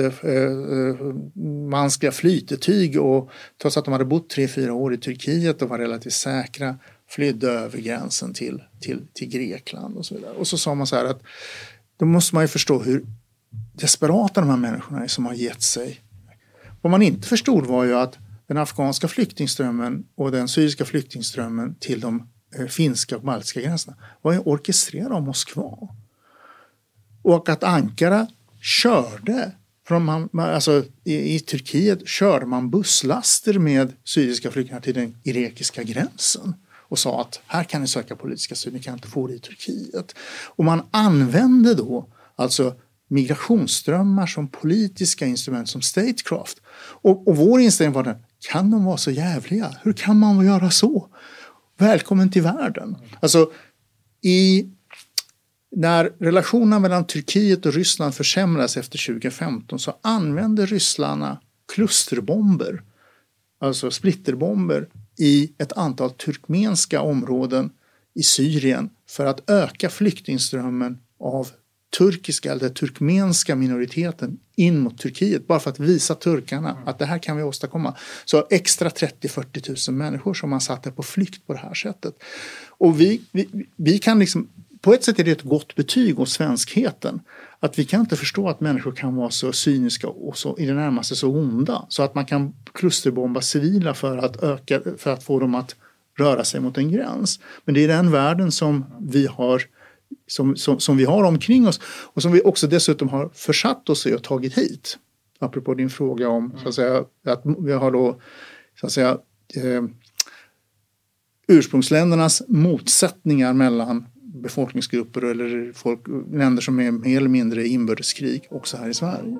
Speaker 8: jättemanskliga eh, flytetyg och trots att de hade bott tre, fyra år i Turkiet och var relativt säkra flydde över gränsen till, till, till Grekland och så vidare. Och så sa man så här att då måste man ju förstå hur desperata de här människorna är som har gett sig. Vad man inte förstod var ju att den afghanska flyktingströmmen och den syriska flyktingströmmen till de eh, finska och baltiska gränserna var ju orkestrerad av Moskva. Och att Ankara körde från man, alltså i, i Turkiet körde man busslaster med syriska flyktingar till den irakiska gränsen och sa att här kan ni söka politiska stöd, ni kan inte få det i Turkiet. Och man använde då alltså migrationsströmmar som politiska instrument, som statecraft. Och, och vår inställning var den, kan de vara så jävliga? Hur kan man göra så? Välkommen till världen. Alltså i när relationerna mellan Turkiet och Ryssland försämras efter tjugohundrafemton så använder ryssarna klusterbomber, alltså splitterbomber i ett antal turkmenska områden i Syrien för att öka flyktingströmmen av turkiska eller turkmenska minoriteten in mot Turkiet, bara för att visa turkarna att det här kan vi åstadkomma. Så extra trettio till fyrtio tusen människor som man satte på flykt på det här sättet. Och vi, vi, vi kan liksom, på ett sätt är det ett gott betyg åt svenskheten. Att vi kan inte förstå att människor kan vara så cyniska och så i det närmaste så onda. Så att man kan klusterbomba civila för att, öka, för att få dem att röra sig mot en gräns. Men det är den världen som vi har Som, som, som vi har omkring oss och som vi också dessutom har försatt oss i och tagit hit. Apropå din fråga om så att säga, att vi har då så att säga eh, ursprungsländernas motsättningar mellan befolkningsgrupper eller folk, länder som är mer eller mindre inbördeskrig också här i Sverige.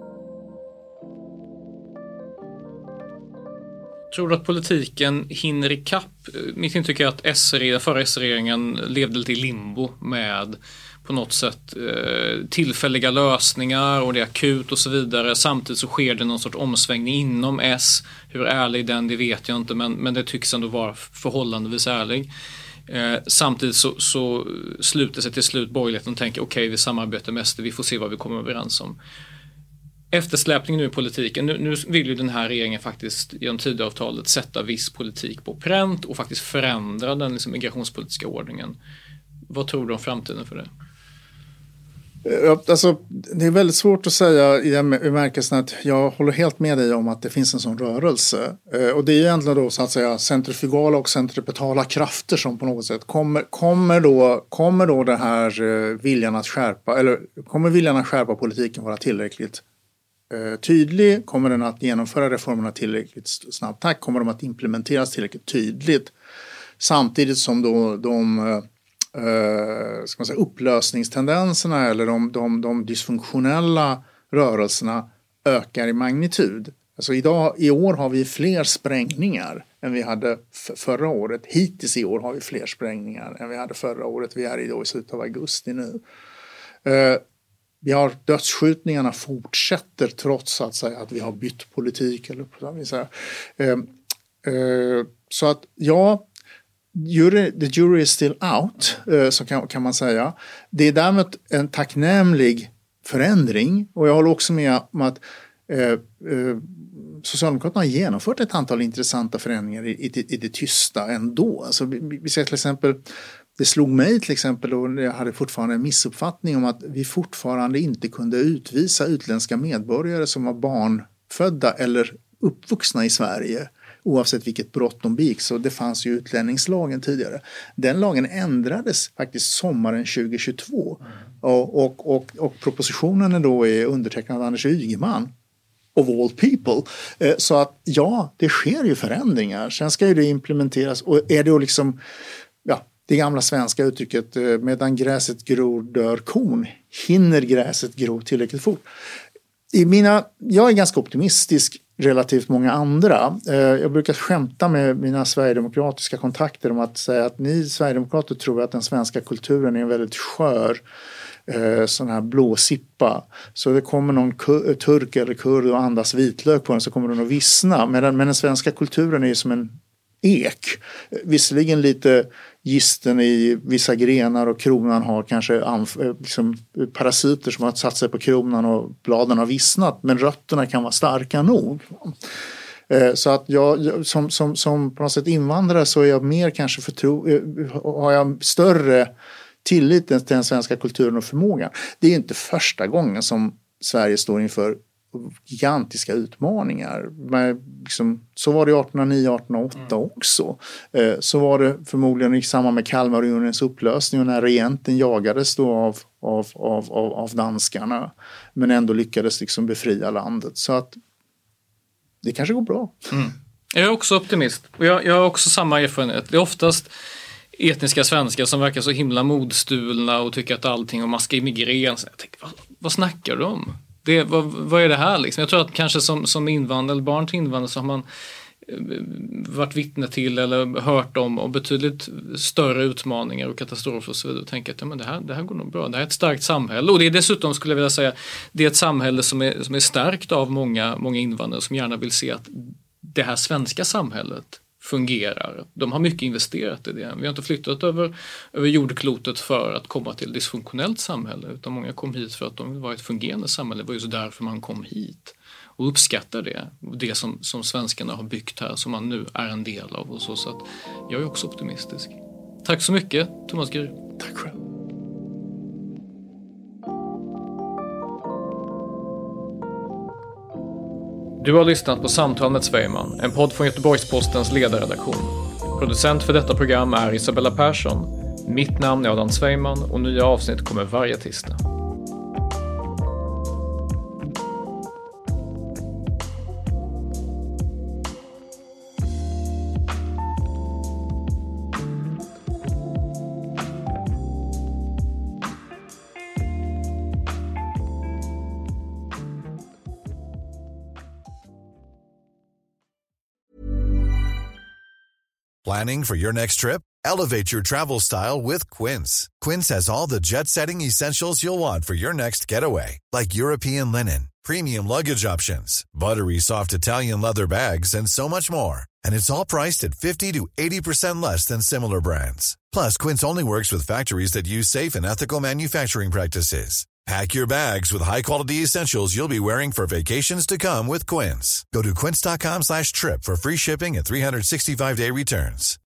Speaker 7: Tror du att politiken hinner i kapp? Mitt intryck är att S R, förra S R-regeringen levde lite i limbo med på något sätt eh, tillfälliga lösningar och det är akut och så vidare. Samtidigt så sker det någon sorts omsvängning inom S. Hur ärlig den, det vet jag inte, men, men det tycks ändå vara förhållandevis ärlig. Eh, samtidigt så, så sluter sig till slut borgerligheten och tänker okej, okay, vi samarbetar mest, vi får se vad vi kommer överens om. Eftersläpningen nu i politiken. Nu, nu vill ju den här regeringen faktiskt genom Tidöavtalet sätta viss politik på pränt och faktiskt förändra den liksom migrationspolitiska ordningen. Vad tror du om framtiden för det?
Speaker 8: Alltså, det är väldigt svårt att säga i den bemärkelsen att jag håller helt med dig om att det finns en sån rörelse. Och det är egentligen då så att säga centrifugala och centripetala krafter som på något sätt kommer, kommer, då, kommer då den här viljan att skärpa, eller kommer viljan att skärpa politiken vara tillräckligt tydlig? Kommer den att genomföra reformerna tillräckligt snabb takt? Kommer de att implementeras tillräckligt tydligt? Samtidigt som då de Uh, ska man säga, upplösningstendenserna eller de, de, de dysfunktionella rörelserna ökar i magnitud. Alltså idag, i år har vi fler sprängningar än vi hade f- förra året. Hittills i år har vi fler sprängningar än vi hade förra året. Vi är i slutet av augusti nu. Uh, vi har dödsskjutningarna fortsätter trots att, säga, att vi har bytt politik. Eller, så, uh, uh, så att ja... Jury, the jury is still out, så kan, kan man säga. Det är därmed en tacknämlig förändring. Och jag håller också med om att eh, eh, Socialdemokraterna har genomfört ett antal intressanta förändringar i, i, i det tysta ändå. Alltså, vi, vi ser till exempel, det slog mig till exempel, och jag hade fortfarande en missuppfattning om att vi fortfarande inte kunde utvisa utländska medborgare som var barnfödda eller uppvuxna i Sverige. Oavsett vilket brott de begick, så det fanns ju utlänningslagen tidigare. Den lagen ändrades faktiskt sommaren tjugohundratjugotvå. Mm. Och, och, och, och propositionen är då är undertecknad av Anders Ygeman. Of all people. Så att ja, det sker ju förändringar. Sen ska ju det implementeras. Och är det då liksom, ja, det gamla svenska uttrycket, medan gräset gror dör kon. Hinner gräset gro tillräckligt fort? I mina, jag är ganska optimistisk relativt många andra. Jag brukar skämta med mina sverigedemokratiska kontakter om att säga att ni sverigedemokrater tror att den svenska kulturen är en väldigt skör sån här blåsippa. Så det kommer någon turk eller kurd och andas vitlök på den, så kommer den att vissna. Men den svenska kulturen är som en ek. Visserligen lite gisten i vissa grenar, och kronan har kanske anf- liksom parasiter som har satt sig på kronan och bladen har vissnat, men rötterna kan vara starka nog. Så att jag som, som, som på något sätt invandrare så är jag mer kanske förtro- har jag större tillit till den svenska kulturen och förmågan. Det är inte första gången som Sverige står inför gigantiska utmaningar. Men liksom, så var det artonhundranio artonhundraåtta mm. också. Eh, så var det förmodligen i samband med Kalmarunionens upplösning, och när regenten jagades då av, av, av, av, av danskarna, men ändå lyckades liksom befria landet. Så att det kanske går bra.
Speaker 7: Mm. Jag är också optimist. Och jag, jag har också samma erfarenhet. Det är oftast etniska svenskar som verkar så himla modstulna och tycker att allting, om man ska immigrera. Så jag tänker, vad, vad snackar du om? Det, vad, vad är det här liksom? Jag tror att kanske som, som invandrare eller barn till invandrare så har man varit vittne till eller hört om och betydligt större utmaningar och katastrofer och så vidare, och tänker att ja, men det, här, det här går nog bra. Det här är ett starkt samhälle, och det är dessutom, skulle jag vilja säga, det är ett samhälle som är, som är stärkt av många, många invandrare som gärna vill se att det här svenska samhället fungerar. De har mycket investerat i det. Vi har inte flyttat över, över jordklotet för att komma till ett dysfunktionellt samhälle, utan många kom hit för att de vill vara ett fungerande samhälle. Det var just därför man kom hit och uppskattar det. Det som, som svenskarna har byggt här, som man nu är en del av. Och så, så att jag är också optimistisk. Tack så mycket, Thomas Gür.
Speaker 8: Tack själv.
Speaker 7: Du har lyssnat på Samtal med Svejman, en podd från Göteborgs-Postens ledarredaktion. Producent för detta program är Isabella Persson. Mitt namn är Adam Svejman och nya avsnitt kommer varje tisdag.
Speaker 10: Planning for your next trip? Elevate your travel style with Quince. Quince has all the jet-setting essentials you'll want for your next getaway, like European linen, premium luggage options, buttery soft Italian leather bags, and so much more. And it's all priced at fifty to eighty percent less than similar brands. Plus, Quince only works with factories that use safe and ethical manufacturing practices. Pack your bags with high-quality essentials you'll be wearing for vacations to come with Quince. Go to quince.com slash trip for free shipping and three sixty-five day returns.